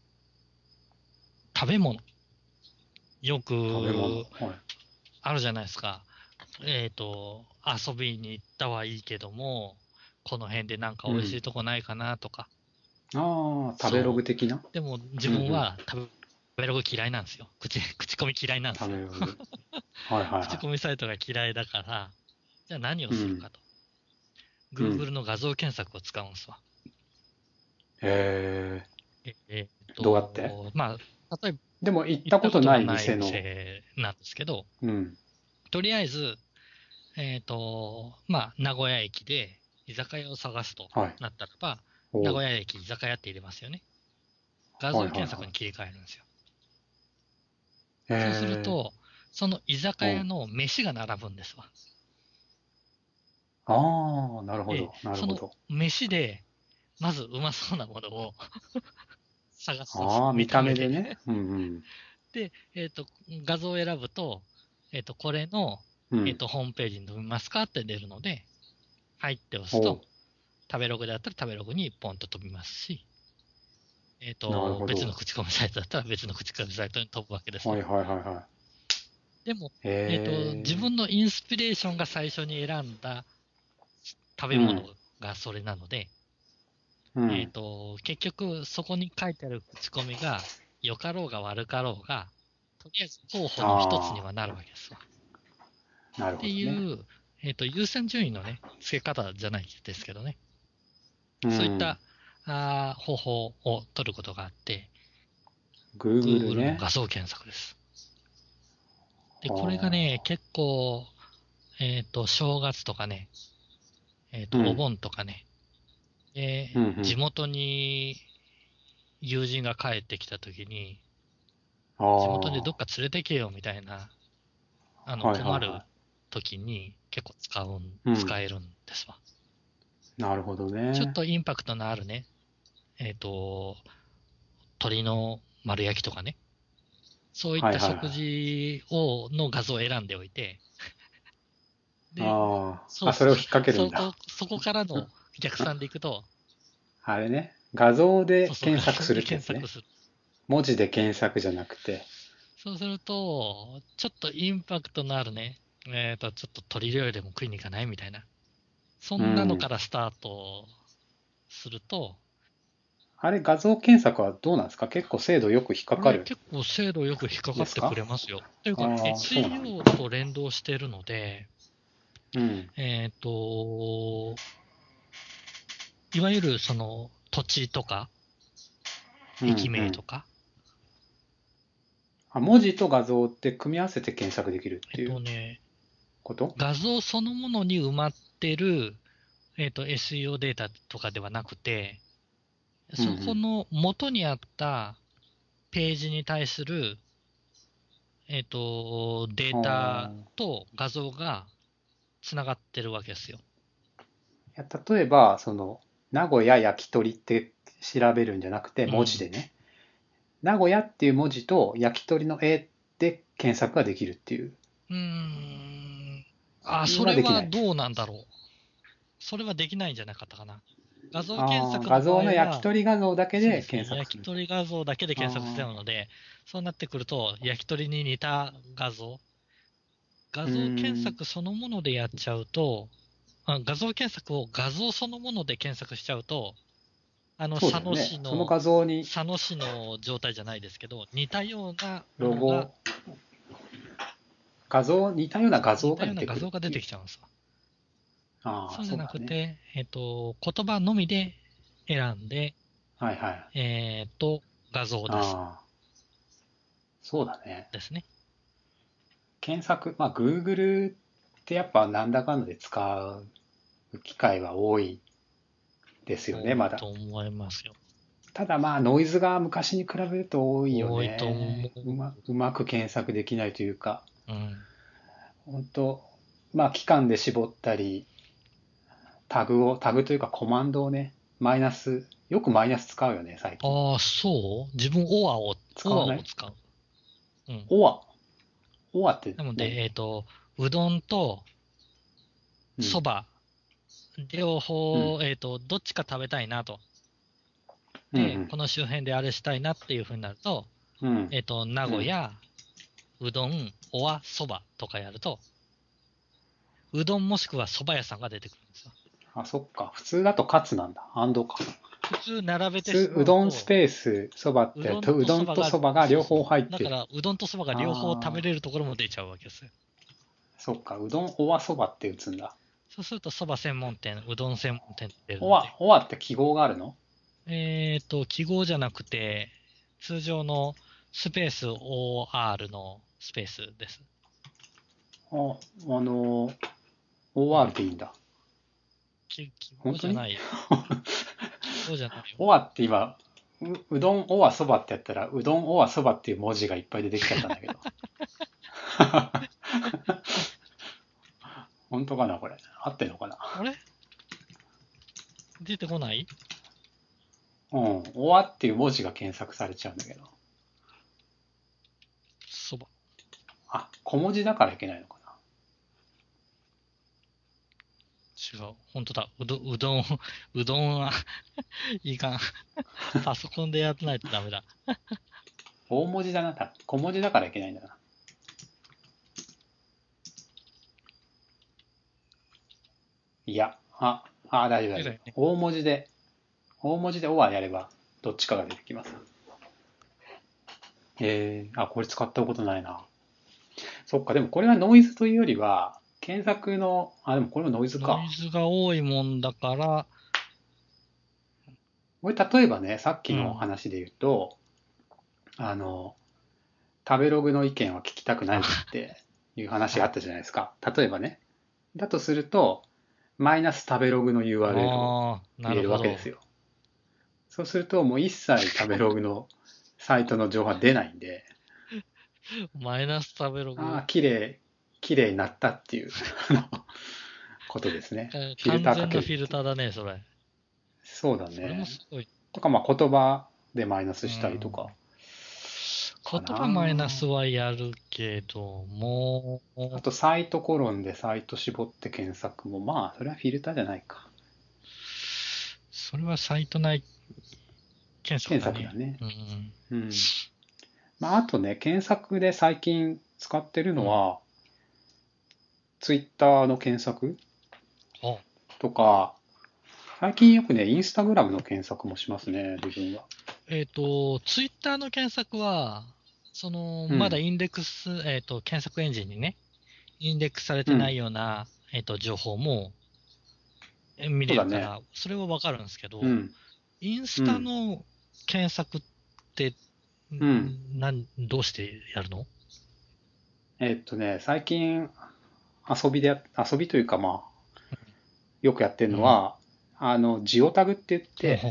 食べ物。よ食べ物。 くはい。 あるじゃないですか。えっと、遊びに行ったはいいけども、この辺でなんか美味しうん。 いとこないかなとか。 ああ、食べロそう。 グ的な。 でも自分うんうん。 は食べログ嫌いなんですよ。口、口コミ嫌いなんですよ。 食べログ。はいはい口はコミサイトが嫌いだから、じゃあ何をい。うん。 するかと。 うん。 Google の画像検索を使うんですわ。 へえ。 ええっどうやって？ と、まあ、例えばでも行っ行ったことたことないがない店の。 店なんですけど、 うん。 とりあえず、えっと、まあ、名古屋駅で居酒屋を探すとはい。 なったらば、名おう。 古屋駅居酒屋って入れますよね。画像はいはいは検索に切り替えるんですよ。 い。へそうするえ。 と、その居酒屋おう。 の飯が並ぶんですわ。 ああ、なるほで、 ど。なるそのほど。 飯で、まずうまそうなものを探すんですよ。 ああ、見た見た目で。 目でね。うんうん。 で、えっと、画像を選ぶと、えっと、これの、 うん。 えっと、ホームページに飛びますかって出るので、入って押すおう。 と、食べログだったら食べログにポンと飛びますし、えっと、 なるほど。 別の口コミサイトだったら別の口コミサイトに飛ぶわけですわ。 はいはいはいはでも、 い。 えっと、自へえ。 分のインスピレーションが最初に選んだ食べ物うん。 がそれなので、えっうん。 と、結局そこに書いてある口コミが良かろうが悪かろうが、とりあえず候補の一つにあはなるわけですわ。っあ、なるてほどね。 いう、えっと、優先順位のね、付け方じゃないですけどね。 うん。 そういったあー方法を取ることがあって、 Google Google のね。 画像検索です。で、これがね、 あ結構、えっと、正月とかね、えっあ。うと、おん。 盆とかね、で、 うんうん。 地元に友人が帰ってきた時に、 あ地元でどっあ。 か連れてけよみたいな、あの、 はいはい困るは時に結構使うん、 い。うん。 使えるんですわ。 なるほどね。 ちょっとインパクトのあるね、えっと、鶏の丸焼きとかね、そういった食はいはいはい。 事を、の画像を選んでおいて、で、 ああ。あ、そそうそう、 れを引っ掛けるんだ。 そこ、そこからの逆算でいくと、 あれね。画像でそうそう、画検索する像でってやつね。 検索する。 文字で検索じゃなくて。 そうすると、ちょっとインパクトのあるね、えっと、ちょっと鶏料理でも食いに行かないみたいな。そんなのかうん。 らスタートすると、 あれ、画像検索はどうなんですか？結構精度よく引っかこれかる結構精度よく引っかかってくですか？ れますよ。というか、 ああ、そうなんだ。 エスイーオー と連動しているので、 うん。 えっと、いわゆるその土地とか、 うんう駅名ん。 とか、 あ、文字と画像って組み合わせて検索できるっえっていうとね、 こと？ 画像そのものに埋まってる、えっと、エスイーオー データとかではなくて、そこうんうん。 の元にあったページに対する、えっと、データあと画像がつながってるわけですよ。 あ。いや、例えば、その、名古屋焼き鳥って調べるんじゃなくて、 うん。 文字でね。名古屋っていう文字と焼き鳥の絵で検索ができるっていう、 うーん。あ、 いうそれのはできない。 はどうなんだろう。それはできないんじゃなかったかな。画像検ああ、 索の画像の焼き場合は、 鳥画像だけでそうですね。 検索すると。 焼き鳥画像だけで検索しちゃああ、 うので、そうなってくると、焼き鳥に似た画像、画うー像検ん、 索そのものでやっちゃうと、あ画像検索を画像そのもので検索しちゃうと、あの、佐野そうだよね。その市の、 画像に佐野市の状態じゃないですけど、似たようなものが、 ロゴ、画像、似たような画像が出て似たような画くるっていう。 像が出てきちゃうんですよ。 ああ、 そうじゃなそうだね。 くて、えっと、言葉のみで選んで、 はいはい。 えっと、画像です。 ああ、そうだね。 ですね。 検索、まあ、Google ってやっぱなんだかんだで使う機会は多いですよね、 多いまだ。 と思いますよ。 ただまあ、ノイズが昔に比べると多いよ多いと思ね。うま、うまく検索できないというか、 う。うん。 本当まあ、期間で絞ったり、タグを、タグというかコマンドをね、マイナス、よくマイナス使うよね、最近。 ああ、そう自分、オアを、オア使わない？ を使う。 うん。 おわ。おわってなので、 何？ えっと、うどんとうん。 そば、両うん。 方、えっと、どっちか食べたいなと。で、 うん。 この周辺であれしたいなっていうふうになると、 うん。 えっと、名うん。 古屋、うどん、おわ、そばとかやると、うどんもしくはそば屋さんが出てくるんですよ。 あ、そっか。普通だとカツなんだ。アンドか。 普通並べてし普通、うどんスまうと、 ペースそばってやると、 うどんうとそばが、 どんとそばが両方そうそう。 入ってる。 だから、うどんとそばが両方食べああ、 れるところも出ちゃうわけですよ。 そっか。うどん、おわそばって打つんだ。 そうすると、そば専門店、うどん専門店って出るおわ、 ので、 おわって記号があるの？ えっと、記号じゃなくて、通常のスペース オーアール のスペースです。 あ、あの、 うん。 オーアール でいいんだ。 記記本当に？ 号じゃないよ。記号じゃないよ。 おわって今、う、うどんおわそばってやったら、うどんおわそばっていう文字がいっぱい出てきちゃったんだけど。本当かなこれ。合ってんのかな？ あれ出てこないうん。おわっていう文字が検索されちゃうんだけど。 そば。 あ、小文字だからいけないのかな？ 違う。本当だ。うど、うどん、うどんはいかん。パソコンでやらないとダメだ。 大文字だな。た小文字だからいけないんだな。いや、あ、あ、大丈夫大丈夫。 出たよね。 大文字で、大文字でおわやれば、どっちかが出てきます。えー、あ、これ使ったことないな。そっか、でもこれはノイズというよりは、検索の、あ、でもこれもノイズか。 ノイズが多いもんだから、 これ例えばね、さっきのうん。 話で言うと、あの、食べログの意見は聞きたくないっあ、 ていう話はい。 あったじゃないですか。例えばね。だとすると、マイナス食べログの ユーアールエル をああ、な入れるるほど。 わけですよ。そうすると、もう一切食べログのサイトの情報は出ないんで、 マイナス食べログ。 ああ、綺麗、綺麗になったっていうことですね。 かフィルターか完全なフけるっていう。 ィルターだね、それ。 そうだそれもね。 すごい。 とか、まあ言葉でマイナスうしたりとか、 ん。 か言葉マイナスな。 はやるけども、 あと、サイトコロンでサイト絞って検索も、まあ、それはフィルターじゃないか。 それはサイト内検索検だね。 索だね。 うん。 うん。まあ、あとね、検索で最近使ってるうん。 のは、ツイッターの検索あ、 とか、最近よくね、インスタグラムの検索もしますね、自分は。 えっと、ツイッターの検索は、その、 うん。 まだインデックス、えっと、検索エンジンにね、インデックスされてないうん。 ような、えっと、情報もえ見そうだね。 れるから、それはわかるんですけど、 うん。 インスうん。 タの検索って、 うん。 んなん、どうしてやるの？ えっとね、最近遊びでや、遊びというかまあ、よくやってるうん。 のは、あの、ジオタグって言って、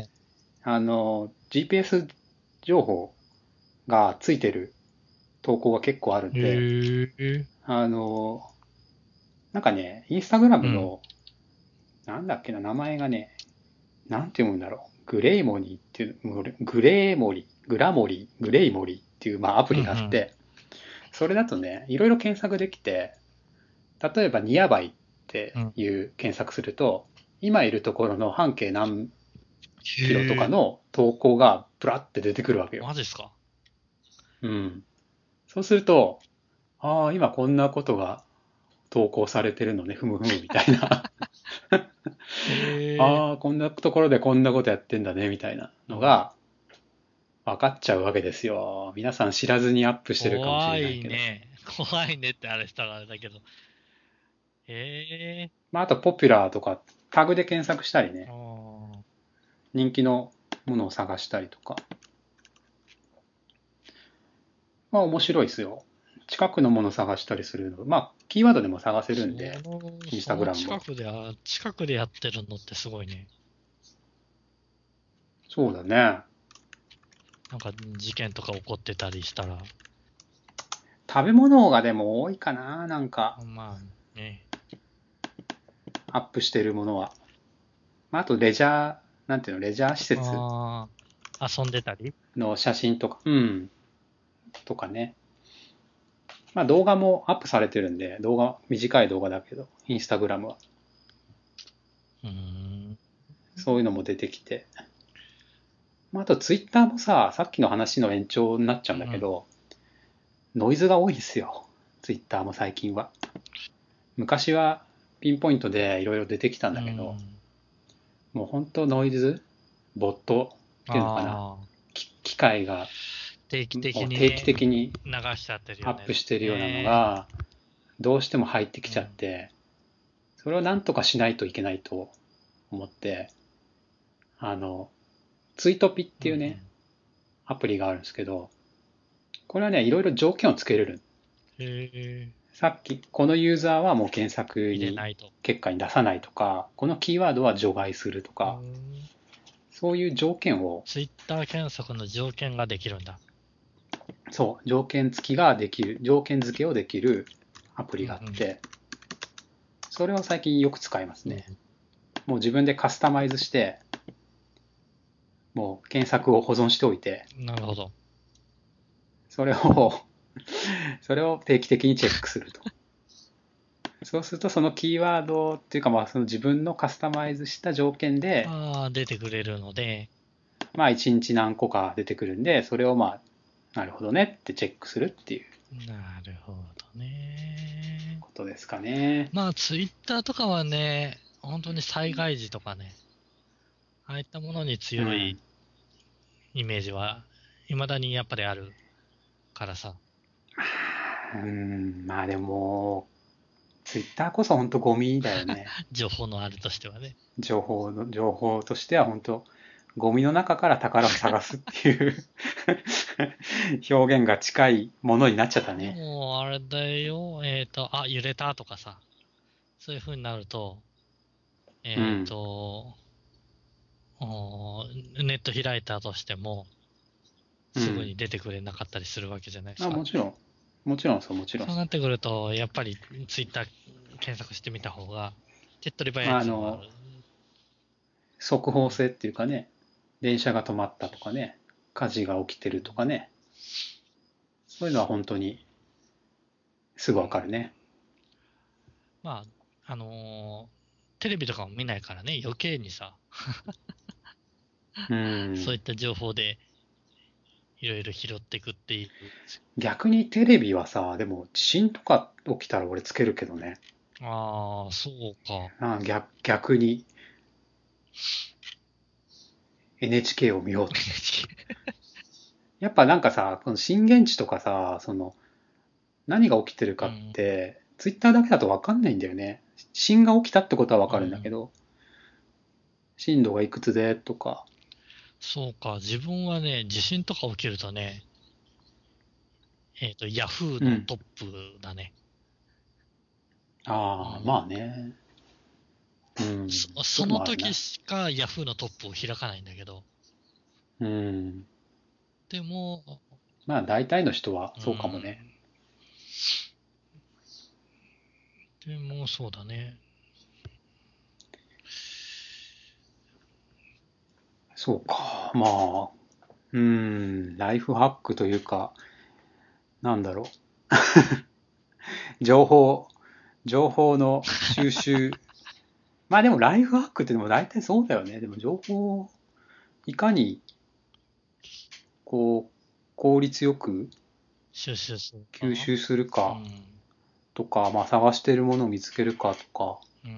ほうほう。 あの、ジーピーエス 情報がついてる投稿が結構あるんで、 へえ。 あの、なんかね、インスタグラうん。 ムの、なんだっけな、名前がね、なんて読むんだろう。グレイモニーっていう、グレーモリ、グラモリ、グレイモリっていう、まあ、アプうん、うリがあっん。 て、それだとね、いろいろ検索できて、例えばニアバイってうん。 いう検索すると、今いるところの半径何キロとへえ。 かの投稿がブラって出てくるわけよ。 マジっすか？ うん。そうすると、ああ、今こんなことが投稿されてるのね、ふむふむみたいな。 へえ。 ああ、こんなところでこんなことやってんだね、みたいなうん。 のが分かっちゃうわけですよ。皆さん知らずにアップしてるかもし怖れないけど。 いね。怖いねってあれしたらあれだけど。へえ。 まあ、あと、ポピュラーとか、タグで検索したりあね、 あ。 人気のものを探したりとか。まあ、面白いですよ。近くのものを探したりするの。まあ、キーワードでも探せるんで、 その、 インスそのタグラムも。 近くで、あ、近くでやってるのってすごいね。 そうだね。 なんか事件とか起こってたりしたら、 食べ物がでも多いかな、なんか、 まあね。 アップしてるものは。まあ、あと、レジャー、なんていうの、レジャー施設ああ、遊んでたりの写真とか、うん、とかね。 まあ動画もアップされてるんで、動画、短い動画だけど、インスタグラムは。 うーん。 そういうのも出てきて。まあ、あとツイッターもさ、さっきの話の延長になっちゃうんだけど、ノイズが多いですよ。ツイッターも最近は。昔はピンポイントでいろいろ出てきたんうだけど、 ん。 もう本当ノイズ、ボットっていうのかな。 ああ、 き機械が定期的もう定期にね、 的に流しちゃってるアッよね。 プしてるようなのねが、どうしても入ってきちゃっうん。 て、それをなんとかしないといけないと思って、あの、ツイートピっうんうていうね、 ん。 アプリがあるんですけど、これはね、いろいろ条件をつけれる。 へえ、 さっき、このユーザーはもう検索に、 入れないと。 結果に出さないとか、このキーワードは除外するとうーか、 ん。 そういう条件を、 ツイッター検索の条件ができるんだ。 そう、条件付きができる、条件付けをできるアプリうんがあって、それを最近よく使いますうん。 ね。もう自分でカスタマイズして、もう検索を保存しておいて、 うん。なるほど。 それをそれを定期的にチェックすると。そうするとそのキーワードっていうかまあその自分のカスタマイズした条件で、 ああ、出てくれるので、 まあいちにち何個か出てくるんで、それをまあ、なるほどねってチェックするっていうなるほどね。 ことですかね。 まあ、ツイッターとかはね、本当に災害時とかね、ああいったものに強いうん。 イメージは、未だにやっぱりあるからさ。 うん、まあでも、ツイッターこそ本当ゴミだよね。 情報のあるとしてはね。 情報の、情報としては本当ゴミの中から宝を探すっていう表現が近いものになっちゃったでね。 も、あれだよ、えっと、あ、揺れたとかさ、そういう風になると、えっうん。 と、おネット開いたとしても、すぐにうん。 出てくれなかったりするわけじゃないですあ、 か。 もちろん。もちろんそう、もちろんそそうなってくると、やっぱりツイッター検索してみた方が、手っ取りう。 早いっあの、 ていうのもある。 速報性っていうかね、電車が止まったとかね、火事が起きてるとかね、そういうのは本当にすぐわかるね。 まあ、あのーテレビとかも見ないからね、余計にさ、 うん。 そういった情報でいろいろ拾っていくっていう。 逆にテレビはさ、でも地震とか起きたら俺つけるけどね。 ああ、そうか。 あ逆逆に エヌエイチケー を見ようと。やっぱなんかさ、この震源地とかさ、その何が起きてるかっうん、 て、ツイッターだけだとわかんないんだよね。震が起きたってことはわかるんだけうん。 ど、震度がいくつでとか。 そうか。自分はね、地震とか起きるとね、えっと、ヤフーうん。 のトップだね。うああ、 ん。 まあね。うん。 そ、 そういうのその時もあるな。 しかヤフーのトップを開かないんだけど、 うん。 でも、 まあ大体の人はうそうかもね。 ん。でも、そうだね。 そうか。まあ、うん、ライフハックというか、なんだろう。情報、情報の収集。まあでもライフハックってでも大体そうだよね。でも情報をいかにこう効率よく収集するか。 吸収するかうん。 とか、まあ探しているものを見つけるかとかうん。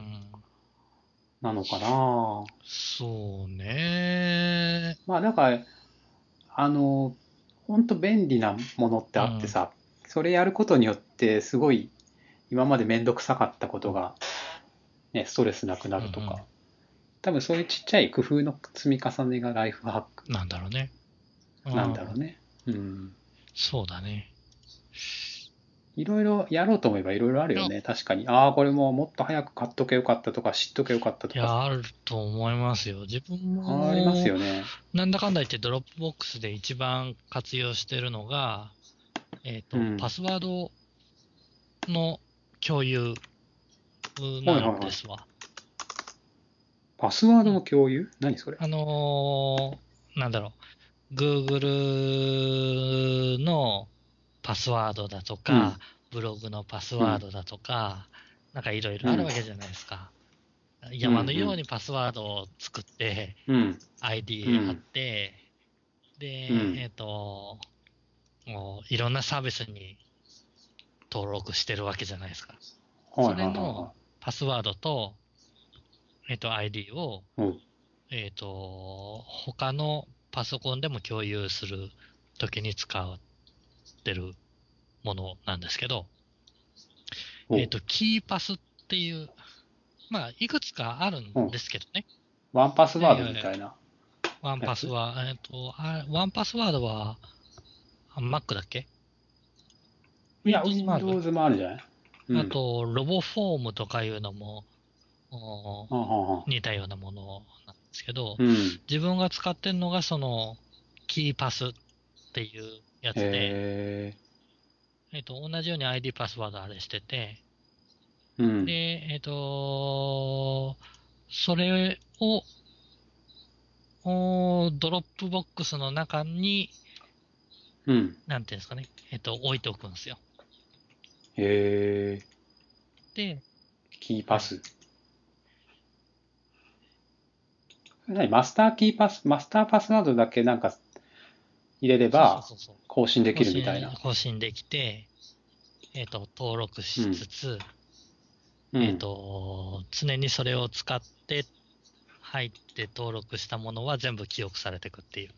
なのかな。 そうね。 まあだから、あの、本当便利なものってうん。 あってさ、それやることによってすごい今までめんどくさかったことが、ね、ストレスなくなうんうん。 るとか、多分そういうちっちゃい工夫の積み重ねがライフハックなんだろうね。うなんだろうん。 ね。うん。 そうだね。 いろいろやろうと思えばいろいろあるいや、 よね。確かに。ああ、これももっと早く買っとけよかったとか、知っとけよかったとかさ。 いや、あると思いますよ。自分ありますも、 よね。 なんだかんだ言ってドロップボックスで一番活用してるのが、えっと、パうん。 スワードの共有なんはいはいはい。 ですわ。 パスワードうん。 の共有何それ？ あのーなんだろう、Google のパスワードだとか、 うん。 ブログのパスうん。 ワードだとか、なんかいろいろうん。 あるわけじゃないですか。 うん。う山のようん。 にパスワードを作って、 うん。 アイディー 貼っうん。 て、で、 うん。 えっと、もういろんなサービスに登録してるわけじゃないですか。そはいはいはいれのはパスワードと、えっと、アイディー を、 い。うん。 えっと、他のパソコンでも共有するときに使ってるものなんですけど、 おう。 えっと、キーパスっていう、まあ、いくつかあるんうん。 ですけどね。 ワンパスワードみで、 たいなワンやつ。 パスは、えっと、あワンパスワードは、あ Mac だっけ？ いや、 Windows もある？ Windows もあるんじゃない？うん。 あと、ロボフォームとかいうのも、おはんはんはん。 似たようなものなんですけど、 うん。 自分が使ってるのがその、キーパスっていうやつで、 へえ。 えっと、同じように アイディー パスワードあれしてて、 うん。 で、えっと、それを、おドロップボックスの中に、 うん。 なんていうんですかね、えっと、置いておくんですよ。 へえ。 で、はい。 キーパス。何マスターキーパス、マスターパスワードだけなんか入れれそうそうばそうそう。 更新でき更新、 るみたいな。 更新できて、えっと、登録しうん。 つつ、えっうん。 と、常にそれを使って入って登録したものは全部記憶されていくっていう。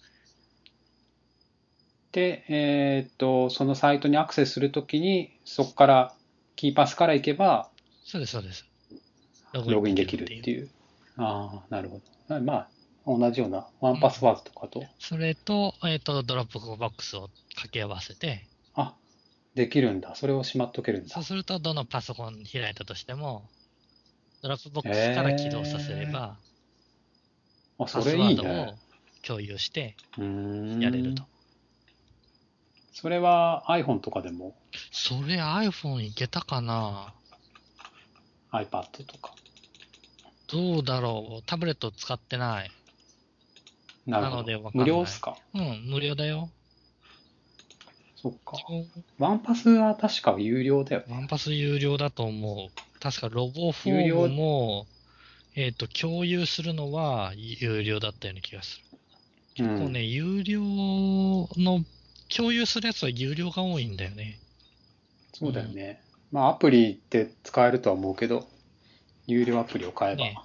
で、えーっと、そのサイトにアクセスするときに、そこから、キーパスから行けば、 そうです、そうです。ログインでログインでききるっていう。 るっていう。ああ、なるほど。まあ、同じような、ワンうん。 パスワードとかと、 それと、えっと、ドロップボックスを掛け合わせて、 あ、できるんだ。それをしまっとけるんだ。 そうすると、どのパソコン開いたとしても、ドロップボックスから起動させれええ、 ば、 あ、 パスそれいいね。 ワードを共有してうーん。 やれると。 それは iPhone とかでもそれ iPhone いけたかな？ iPad とか。 どうだろう。タブレット使ってない。 なるほど。 なのでわ無かんない。 料っすか？ うん、無料だよ。 そっか。 自分、 ワンパスは確か有料だよね。 ワンパス有料だと思う。確かロボフォーム有料、 も、えっと、共有するのは有料だったような気がする。 うん。 結構ね、有料の、共有するやつは有料が多いんだよね。うそうだよん。 ね。まあアプリって使えるとは思うけど、有料アプリを買えば。 ね、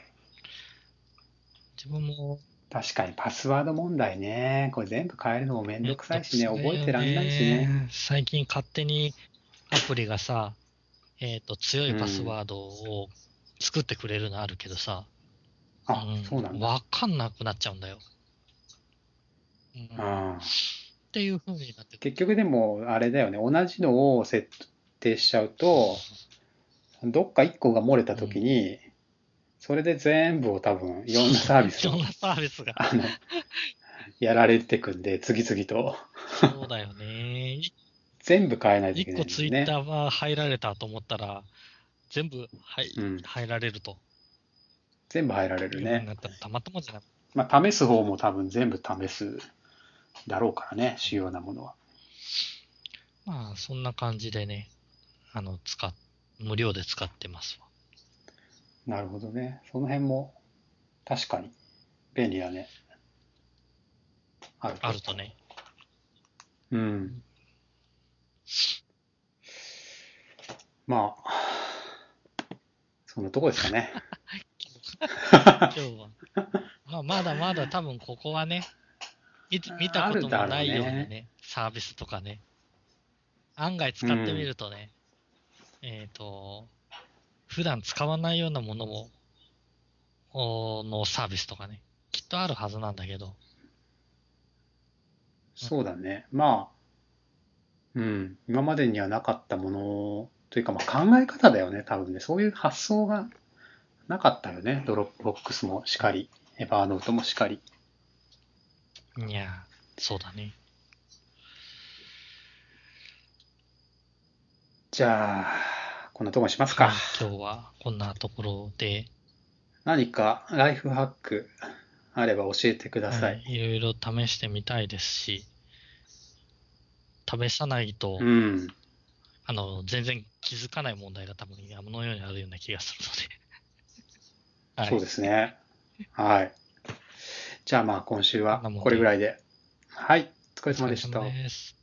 自分も確かにパスワード問題ね。これ全部変えるのもめんめんどくさいしね。 どくさいよ覚えてらんないしね。 ね。最近勝手にアプリがさ、えっと、強いパスうん。 ワードを作ってくれるのあるけどさ、うあ、そうなん、 んだ。 わかんなくなっちゃうんだよ。うん。っうん。 ていう風になってくる。 結局でも、あれだよね。同じのを設定しちゃうそうそうと、どっか一個が漏れたそう。うん。 時に、それで全部を多分いろんなサービスを、 いろんなサービスが。 あの、やられてくんで、次々と。 そうだよね。い全部変えないといけな一個ツイッいもんね。 ターは入られたと思ったら、全部入、 うん。 入られると全部入られるね。 いう風になったらたまったもんじゃない。 まあ、試す方も多分全部試すだろうからね、主要なものは。 まあ、そんな感じでね、あの、使っ、無料で使ってますわ。 なるほどね。その辺も確かに便利だね。あると。 あるとね。 うん。まあ、そんなとこですかね。 今日は。まあ、まだまだ多分ここはね、見て見たあこともるだろうないようなね。 ね、サービスとかね、案外使ってみうん。 るとね、えっと、普段使わないようなものも、おのサービスとかね、きっとあるはずなんだけど、うん、 そうだね。まあ、うん。今までにはなかったものというか、まあ考え方だよね。多分ね。そういう発想がなかったよね。ドロップボックスもしかり、エバーノートもしかり。 いや、そうだね。 じゃあ、こんなとこにしますか。 はい、今日はこんなところで、 何かライフハックあれば教えてください。 はい、いろいろ試してみたいですし、試さないとうん。 あの、全然気づかない問題が多分山のようにあるような気がするので。はそうい。 ですね。はい。じゃあまあ今週はこんなもんで、 これぐらいで。はい。お疲れお疲れ様様でした。 です。